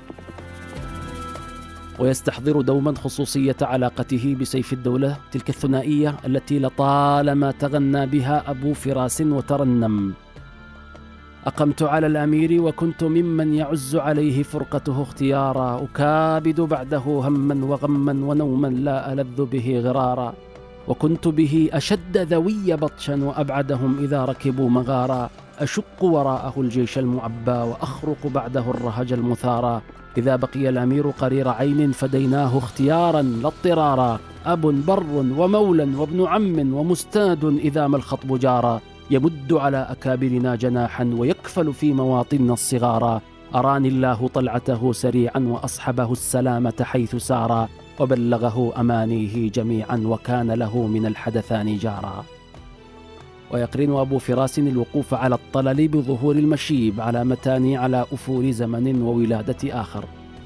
ويستحضر دوما خصوصية علاقته بسيف الدولة، تلك الثنائية التي لطالما تغنى بها أبو فراس وترنم: أقمت على الأمير وكنت ممن يعز عليه فرقته اختيارا، أكابد بعده هما وغما ونوما لا ألذ به غرارا، وكنت به أشد ذوي بطشا وأبعدهم إذا ركبوا مغارا، أشق وراءه الجيش المعبى وأخرق بعده الرهج المثارا، إذا بقي الأمير قرير عين فديناه اختيارا لا اضطرارا، أب بر ومولى وابن عم ومستاد إذا ما الخطب جارا، يمد على أكابرنا جناحا ويكفل في مواطن الصغارا، أراني الله طلعته سريعا وأصحبه السلامة حيث سارا، وبلغه أمانيه جميعا وكان له من الحدثان جارا. ويقرن أبو فراس الوقوف على الطلل بظهور المشيب على متاني على أفور زمن وولادة آخر.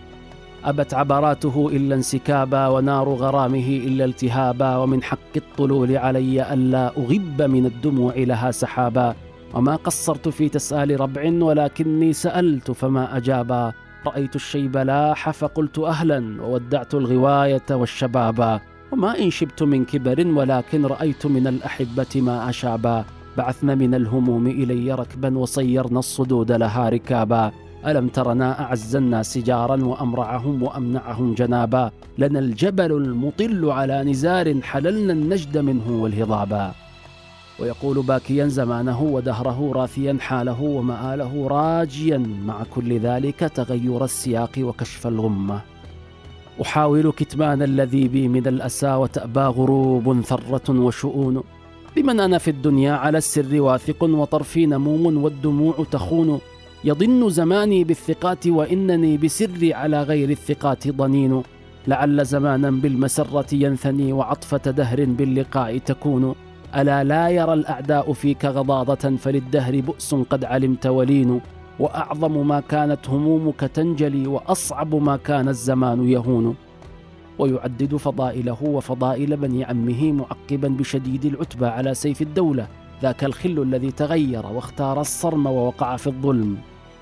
أبت عبراته إلا انسكابا ونار غرامه إلا التهابا، ومن حق الطلول علي ألا أغب من الدموع لها سحابا، وما قصرت في تسأل ربع ولكني سألت فما أجابا، رأيت الشيب لاح فقلت أهلا وودعت الغواية والشبابا، وما إن شبت من كبر ولكن رأيت من الأحبة ما أشابا، بعثن من الهموم إلي ركبا وصيرنا الصدود لها ركابا، ألم ترنا أعز الناس جارا وأمرعهم وأمنعهم جنابا، لنا الجبل المطل على نزار حللنا النجد منه والهضابا. ويقول باكيا زمانه ودهره راثيا حاله ومآله راجيا مع كل ذلك تغير السياق وكشف الغمة، أحاول كتمان الذي بي من الأسى وتأبى غروب ثرة وشؤون، بمن أنا في الدنيا على السر واثق وطرفي نموم والدموع تخون، يضن زماني بالثقات وإنني بسري على غير الثقات ضنين، لعل زمانا بالمسرة ينثني وعطفة دهر باللقاء تكون، ألا لا يرى الأعداء فيك غضاضة فللدهر بؤس قد علمت ولين، وأعظم ما كانت همومك تنجلي وأصعب ما كان الزمان يهون. ويعدد فضائله وفضائل بني عمه معقبا بشديد العتبى على سيف الدولة، ذاك الخل الذي تغير واختار الصرم ووقع في الظلم.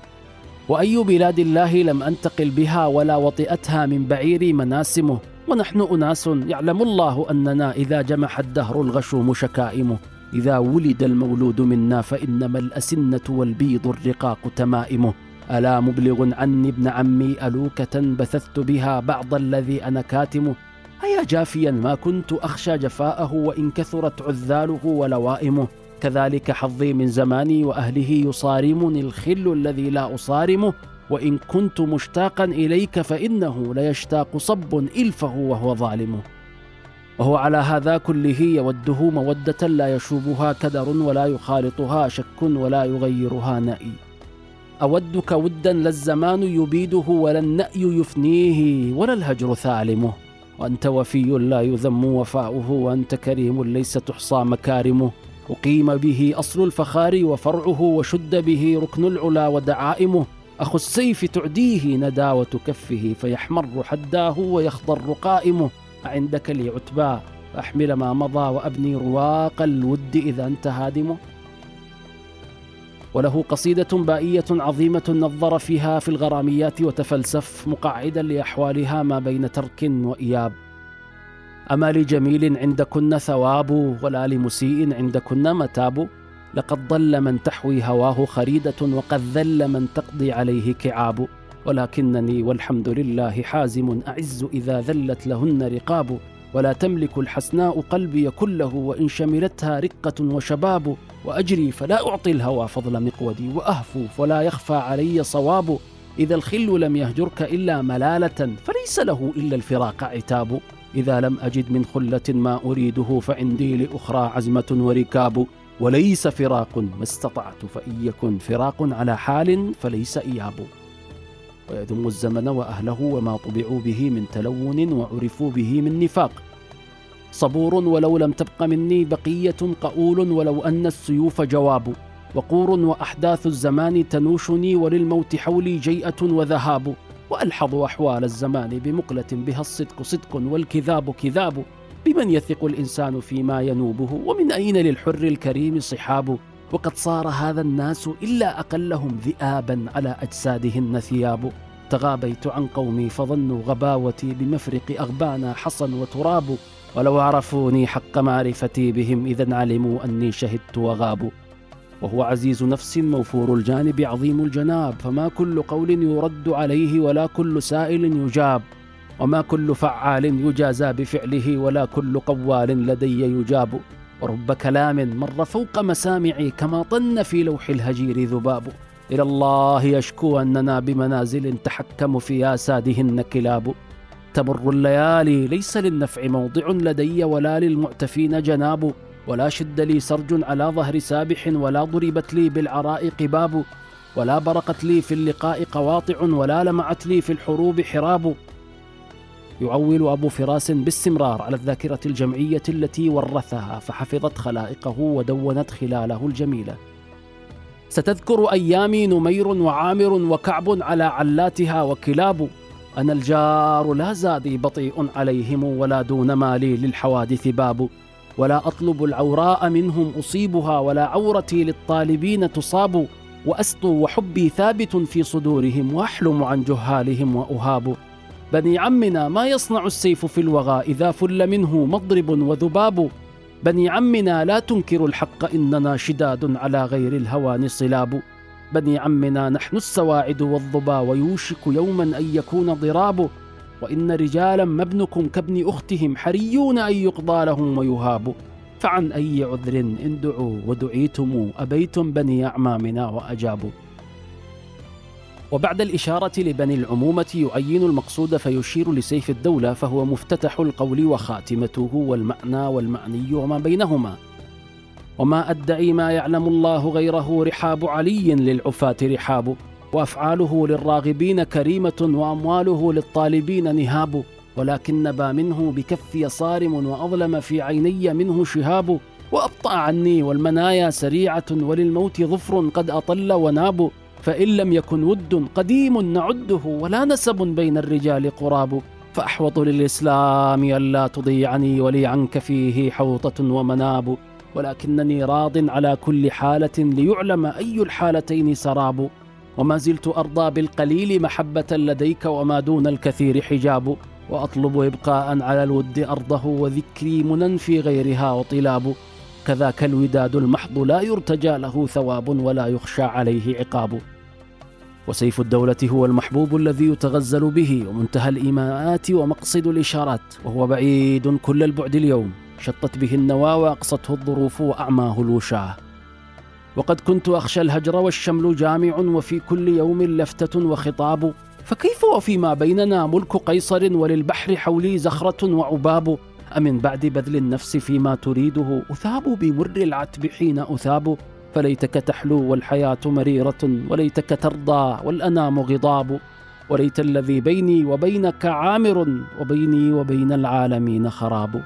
وأي بلاد الله لم أنتقل بها ولا وطئتها من بعيري مناسمه، ونحن أناس يعلم الله أننا إذا جمح الدهر الغشوم شكائمه، إذا ولد المولود منا فإنما الأسنة والبيض الرقاق تمائمه، ألا مبلغ عني ابن عمي ألوكة بثثت بها بعض الذي أنا كاتمه، أيا جافيا ما كنت أخشى جفاءه وإن كثرت عذاله ولوائمه، كذلك حظي من زماني وأهله يصارمني الخل الذي لا أصارمه، وإن كنت مشتاقا إليك فإنه ليشتاق صب إلفه وهو ظالمه. وهو على هذا كله يوده مودة لا يشوبها كدر ولا يخالطها شك ولا يغيرها نأي، أودك ودا لا الزمان يبيده ولا النأي يفنيه ولا الهجر ثالمه، وأنت وفي لا يذم وفاؤه وأنت كريم ليس تحصى مكارمه، أقيم به أصل الفخار وفرعه وشد به ركن العلا ودعائمه، أخو السيف تعديه نداوة كفه فيحمر حداه ويخضر قائمه، عندك لي عتبى فأحمل ما مضى وأبني رواق الود إذا أنت هادمه. وله قصيدة بائية عظيمة نظر فيها في الغراميات وتفلسف مقعدا لأحوالها ما بين ترك وإياب: أما لجميل عندكن ثواب ولا لمسيء عندكن متاب، لقد ضل من تحوي هواه خريدة وقد ذل من تقضي عليه كعاب، ولكنني والحمد لله حازم أعز إذا ذلت لهن رقاب، ولا تملك الحسناء قلبي كله وإن شملتها رقة وشباب، وأجري فلا أعطي الهوى فضل مقودي وأهفو فلا يخفى علي صواب، إذا الخل لم يهجرك إلا ملالة فليس له إلا الفراق عتاب، إذا لم أجد من خلة ما أريده فعندي لأخرى عزمة وركاب، وليس فراق ما استطعت فإن يكن فراق على حال فليس إياب. ويذم الزمن وأهله وما طبعوا به من تلون وعرفوا به من نفاق، صبور ولو لم تبق مني بقية قؤول ولو أن السيوف جواب، وقور وأحداث الزمان تنوشني وللموت حولي جيئة وذهاب، وألحظ أحوال الزمان بمقلة بها الصدق صدق والكذاب كذاب، بمن يثق الإنسان فيما ينوبه ومن أين للحر الكريم صحاب، وقد صار هذا الناس إلا أقلهم ذئابا على أجسادهن ثياب. تغابيت عن قومي فظنوا غباوتي، بمفرق أغبانا حصن وتراب. ولو عرفوني حق معرفتي بهم إذا علموا أني شهدت وغابوا. وهو عزيز نفس موفور الجانب عظيم الجناب، فما كل قول يرد عليه ولا كل سائل يجاب، وما كل فعال يجازى بفعله ولا كل قوال لدي يجاب. ورب كلام مر فوق مسامعي كما طن في لوح الهجير ذباب. إلى الله يشكو أننا بمنازل تحكم في آسادهن كلاب. تمر الليالي ليس للنفع موضع لدي ولا للمعتفين جناب، ولا شد لي سرج على ظهر سابح، ولا ضربت لي بالعراء قباب، ولا برقت لي في اللقاء قواطع، ولا لمعت لي في الحروب حراب. يعول أبو فراس باستمرار على الذاكرة الجمعية التي ورثها فحفظت خلائقه ودونت خلاله الجميلة. ستذكر أيامي نمير وعامر وكعب على علاتها وكلاب. أنا الجار لا زادي بطيء عليهم، ولا دون مالي للحوادث باب. ولا أطلب العوراء منهم أصيبها، ولا عورتي للطالبين تصاب. وأسطو وحبي ثابت في صدورهم، وأحلم عن جهالهم وأهاب. بني عمنا ما يصنع السيف في الوغى إذا فل منه مضرب وذباب. بني عمنا لا تنكر الحق إننا شداد على غير الهوان صلاب. بني عمنا نحن السواعد والظبا، ويوشك يوما أن يكون ضراب. وإن رجالا ما ابنكم كابن أختهم، حريون أن يقضى لهم ويهاب. فعن أي عذر إن دعوا ودعيتم أبيتم بني أعمامنا وأجابوا. وبعد الإشارة لبني العمومة يعين المقصود فيشير لسيف الدولة، فهو مفتتح القول وخاتمته والمعنى والمعني وما بينهما. وما أدعي ما يعلم الله غيره، رحاب علي للعفاة رحاب. وأفعاله للراغبين كريمة، وأمواله للطالبين نهاب. ولكن نبى منه بكفي صارم، وأظلم في عيني منه شهاب. وأبطأ عني والمنايا سريعة، وللموت ظفر قد أطل وناب. فإن لم يكن ود قديم نعده، ولا نسب بين الرجال قراب. فأحوط للإسلام ألا تضيعني، ولي عنك فيه حوطة ومناب. ولكنني راض على كل حالة، ليعلم أي الحالتين سراب. وما زلت أرضى بالقليل محبة لديك، وما دون الكثير حجاب. وأطلب إبقاء على الود أرضه، وذكري منى في غيرها وطلاب. كذاك الوداد المحض لا يرتجى له ثواب، ولا يخشى عليه عقاب. وسيف الدولة هو المحبوب الذي يتغزل به، ومنتهى الإيماءات ومقصد الإشارات، وهو بعيد كل البعد اليوم، شطت به النوى وأقصته الظروف وأعماه الوشاة. وقد كنت أخشى الهجر والشمل جامع، وفي كل يوم لفتة وخطاب. فكيف وفيما بيننا ملك قيصر، وللبحر حولي زخرة وعباب. أمن بعد بذل النفس فيما تريده، أثاب بمر العتب حين أثاب. فليتك تحلو والحياة مريرة، وليتك ترضى والأنام غضاب. وليت الذي بيني وبينك عامر، وبيني وبين العالمين خراب.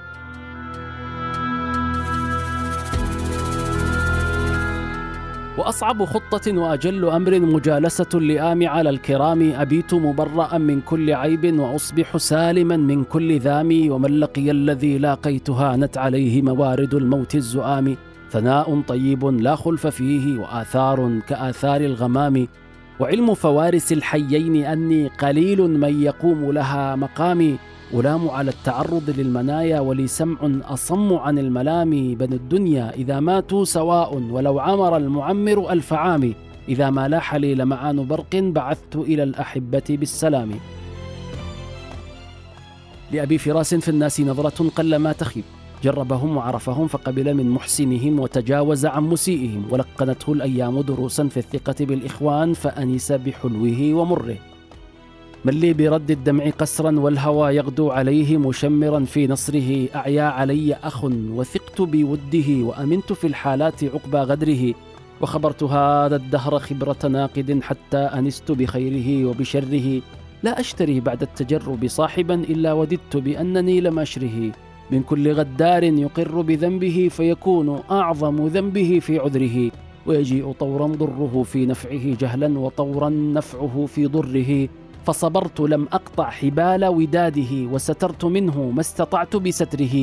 وأصعب خطة وأجل أمر مجالسة اللئام على الكرام. أبيت مبرأ من كل عيب، وأصبح سالما من كل ذام. ومن لقي الذي لاقيت هانت عليه موارد الموت الزؤام. ثناء طيب لا خلف فيه، وآثار كآثار الغمام. وعلم فوارس الحيين أني قليل من يقوم لها مقامي. ألام على التعرض للمنايا، ولي سمع أصم عن الملام. بنو الدنيا إذا ماتوا سواء، ولو عمر المعمر 1000 عام. إذا ما لاح لي لمعان برق، بعثت إلى الأحبة بالسلام. لأبي فراس في الناس نظرة قلما تخيب، جربهم وعرفهم فقبل من محسنهم، وتجاوز عن مسيئهم. ولقنته الأيام دروسا في الثقة بالإخوان، فأنس بحلوه ومره. من لي برد الدمع قسرا، والهوى يغدو عليه مشمرا في نصره. أعيا علي أخ وثقت بوده، وأمنت في الحالات عقبى غدره. وخبرت هذا الدهر خبرة ناقد، حتى أنست بخيره وبشره. لا أشتري بعد التجرب صاحبا، إلا وددت بأنني لم أشره. من كل غدار يقر بذنبه، فيكون أعظم ذنبه في عذره. ويجيء طورا ضره في نفعه جهلا، وطورا نفعه في ضره. فصبرت لم أقطع حبال وداده، وسترت منه ما استطعت بستره.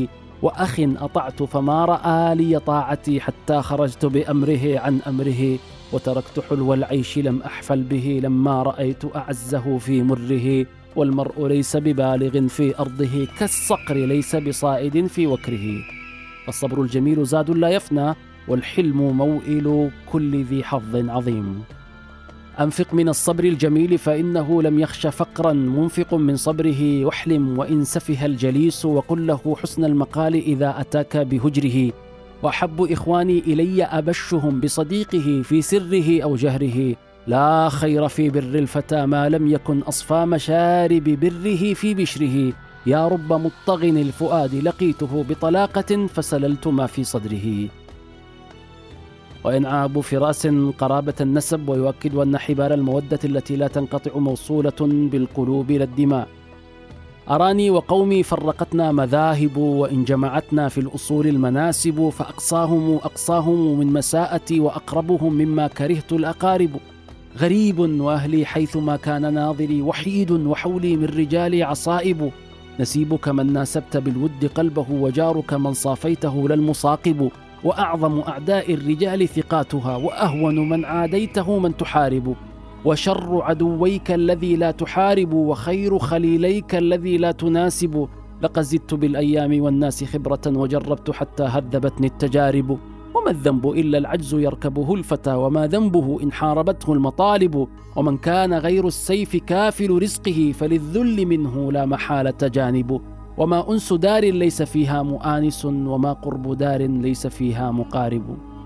وأخ أطعت فما رأى لي طاعتي، حتى خرجت بأمره عن أمره، وتركت حلو العيش لم أحفل به، لما رأيت أعزه في مره. والمرء ليس ببالغ في أرضه، كالصقر ليس بصائد في وكره. فالصبر الجميل زاد لا يفنى، والحلم موئل كل ذي حظ عظيم. أنفق من الصبر الجميل فإنه لم يخش فقرا، منفق من صبره واحلم وإن سفه الجليس، وقل له حسن المقال إذا أتاك بهجره. وأحب إخواني إلي أبشهم بصديقه في سره أو جهره، لا خير في بر الفتى ما لم يكن أصفى مشارب بره في بشره. يا رب مطغن الفؤاد لقيته بطلاقة، فسللت ما في صدره. وينعى أبو فراس قرابة النسب، ويؤكد أن حبال المودة التي لا تنقطع موصولة بالقلوب لا الدماء. أراني وقومي فرقتنا مذاهب، وإن جمعتنا في الأصول المناسب، فأقصاهم من مساءتي، وأقربهم مما كرهت الأقارب. غريب وأهلي حيثما كان ناظري، وحيد وحولي من رجالي عصائب. نسيبك من ناسبت بالود قلبه، وجارك من صافيته للمصاقب. وأعظم أعداء الرجال ثقاتها، وأهون من عاديته من تحارب. وشر عدويك الذي لا تحارب، وخير خليليك الذي لا تناسب. لقد زدت بالأيام والناس خبرة، وجربت حتى هذبتني التجارب. وما الذنب إلا العجز يركبه الفتى، وما ذنبه إن حاربته المطالب. ومن كان غير السيف كافل رزقه، فللذل منه لا محالة جانب. وما أنس دار ليس فيها مؤانس، وما قرب دار ليس فيها مقارب.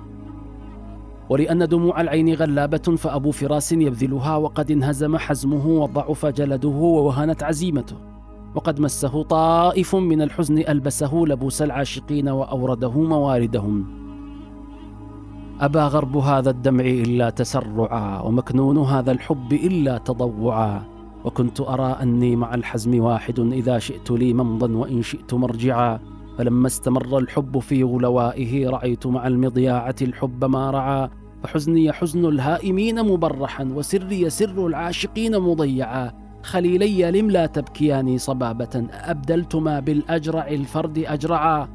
ولأن دموع العين غلابة، فأبو فراس يبذلها وقد انهزم حزمه، وضعف جلده، ووهنت عزيمته. وقد مسه طائف من الحزن ألبسه لبوس العاشقين، وأورده مواردهم. أبى غرب هذا الدمع إلا تسرعا، ومكنون هذا الحب إلا تضوعا. وكنت أرى أني مع الحزم واحد، إذا شئت لي ممضا وإن شئت مرجعا. فلما استمر الحب في غلوائه، رأيت مع المضياعة الحب ما رعا. فحزني حزن الهائمين مبرحا، وسري سر العاشقين مضيعا. خليلي لم لا تبكياني صبابة، أبدلتما بالأجرع الفرد أجرعا.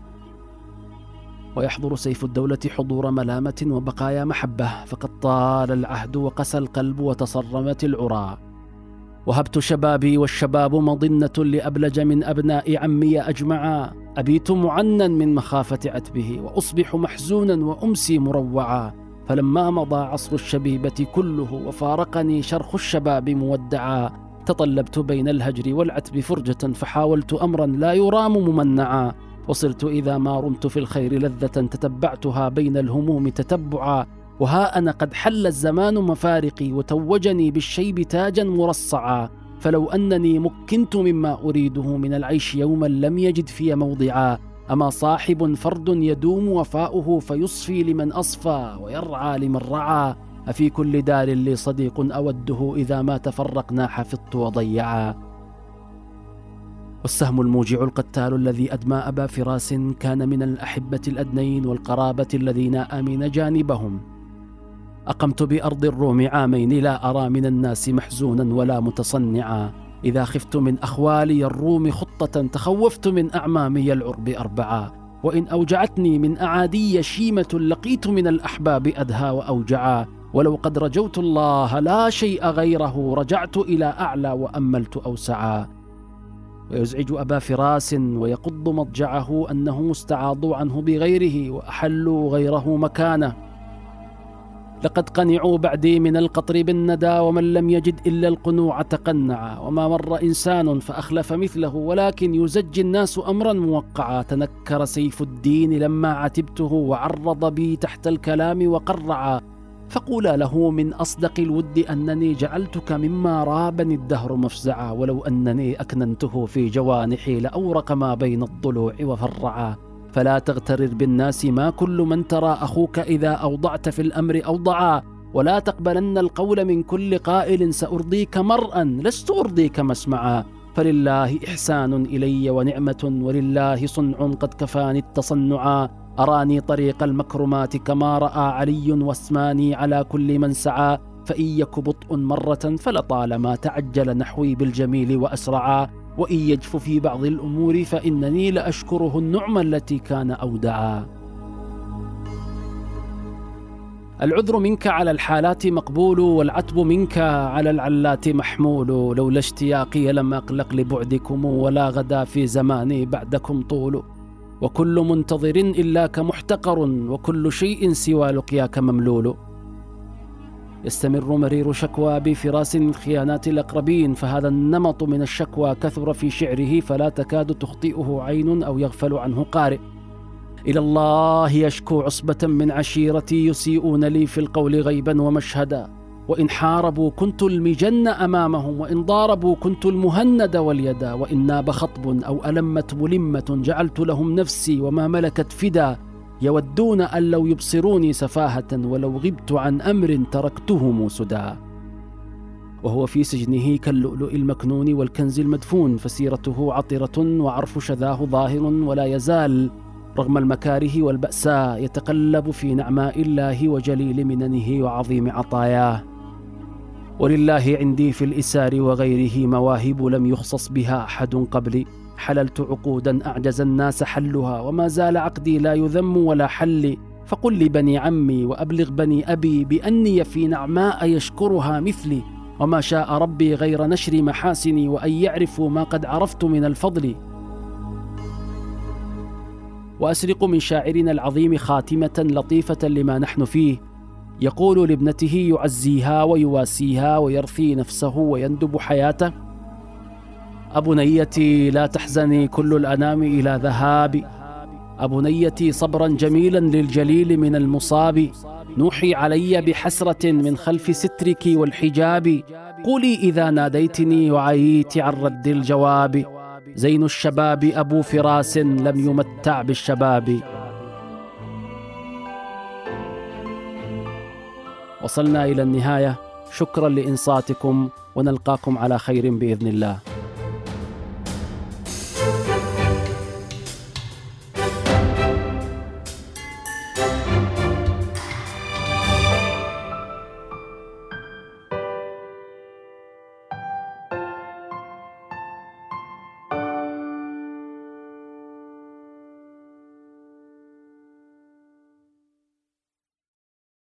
ويحضر سيف الدولة حضور ملامة وبقايا محبة، فقد طال العهد وقسى القلب وتصرمت العرى. وهبت شبابي والشباب مضنة، لأبلج من أبناء عمي أجمعا. أبيت معنا من مخافة عتبه، وأصبح محزونا وأمسي مروعا. فلما مضى عصر الشبيبة كله، وفارقني شرخ الشباب مودعا. تطلبت بين الهجر والعتب فرجة، فحاولت أمرا لا يرام ممنعا. وصرت إذا ما رمت في الخير لذة، تتبعتها بين الهموم تتبعا. وها أنا قد حل الزمان مفارقي، وتوجني بالشيب تاجا مرصعا. فلو أنني مكنت مما أريده من العيش يوما، لم يجد في موضعا. أما صاحب فرد يدوم وفاؤه، فيصفي لمن أصفى ويرعى لمن رعى. أفي كل دار لي صديق أوده، إذا ما تفرقنا حفظت وضيعا. والسهم الموجع القتال الذي أدمى أبا فراس، كان من الأحبة الأدنين والقرابة الذين آمن جانبهم. أقمت بأرض الروم عامين، لا أرى من الناس محزونا ولا متصنعا. إذا خفت من أخوالي الروم خطة، تخوفت من أعمامي العرب أربعا. وإن أوجعتني من أعادي شيمة، لقيت من الأحباب أدهى وأوجعا. ولو قد رجوت الله لا شيء غيره، رجعت إلى أعلى وأملت أوسعا. ويزعج أبا فراس ويقض مضجعه أنه استعاضوا عنه بغيره، وأحلوا غيره مكانه. لقد قنعوا بعدي من القطر بالندى، ومن لم يجد إلا القنوع تقنعا. وما مر إنسان فأخلف مثله، ولكن يزجي الناس أمرا موقعا. تنكر سيف الدين لما عتبته، وعرض بي تحت الكلام وقرعا. فقولا له من أصدق الود أنني جعلتك مما رابني الدهر مفزعا. ولو أنني أكننته في جوانحي، لأورق ما بين الضلوع وفرعا. فلا تغترر بالناس، ما كل من ترى أخوك إذا أوضعت في الأمر أوضعا. ولا تقبلن القول من كل قائل، سأرضيك مرءا لست أرضيك مسمعا. فلله إحسان إلي ونعمة، ولله صنع قد كفاني التصنعا. أراني طريق المكرمات كما رأى علي، واسماني على كل من سعى. فإن يك بطء مرة، فلطالما تعجل نحوي بالجميل وأسرعا. وإن يجف في بعض الأمور فإنني لأشكره النعمة التي كان أودعا. العذر منك على الحالات مقبول، والعتب منك على العلات محمول. لولا اشتياقي لم أقلق لبعدكم، ولا غدا في زماني بعدكم طول. وكل منتظر إلاك محتقر، وكل شيء سوى لقياك مملول. يستمر مرير شكوى بفراس من خيانات الأقربين، فهذا النمط من الشكوى كثر في شعره، فلا تكاد تخطئه عين أو يغفل عنه قارئ. إلى الله يشكو عصبة من عشيرتي، يسيئون لي في القول غيبا ومشهدا. وإن حاربوا كنت المجن أمامهم، وإن ضاربوا كنت المهند واليدا. وإن ناب خطب أو ألمت ملمة، جعلت لهم نفسي وما ملكت فدا. يودون أن لو يبصروني سفاهة، ولو غبت عن أمر تركتهم سدى. وهو في سجنه كاللؤلؤ المكنون والكنز المدفون، فسيرته عطرة وعرف شذاه ظاهر، ولا يزال رغم المكاره والبأساء يتقلب في نعماء الله وجليل مننه وعظيم عطاياه. ولله عندي في الإسار وغيره مواهب لم يخصص بها أحد قبلي. حللت عقودا أعجز الناس حلها، وما زال عقدي لا يذم ولا حل. فقل لبني عمي وأبلغ بني أبي، بأني في نعماء يشكرها مثلي. وما شاء ربي غير نشر محاسني، وأن يعرفوا ما قد عرفت من الفضل. وأسرق من شاعرنا العظيم خاتمة لطيفة لما نحن فيه. يقول لابنته يعزيها ويواسيها ويرثي نفسه ويندب حياته: أبنيتي لا تحزني، كل الأنام إلى ذهاب. أبنيتي صبرا جميلا للجليل من المصاب. نوحي علي بحسرة من خلف سترك والحجاب. قولي إذا ناديتني وعييت عن رد الجواب. زين الشباب أبو فراس لم يمتع بالشباب. وصلنا إلى النهاية. شكرا لإنصاتكم، ونلقاكم على خير بإذن الله.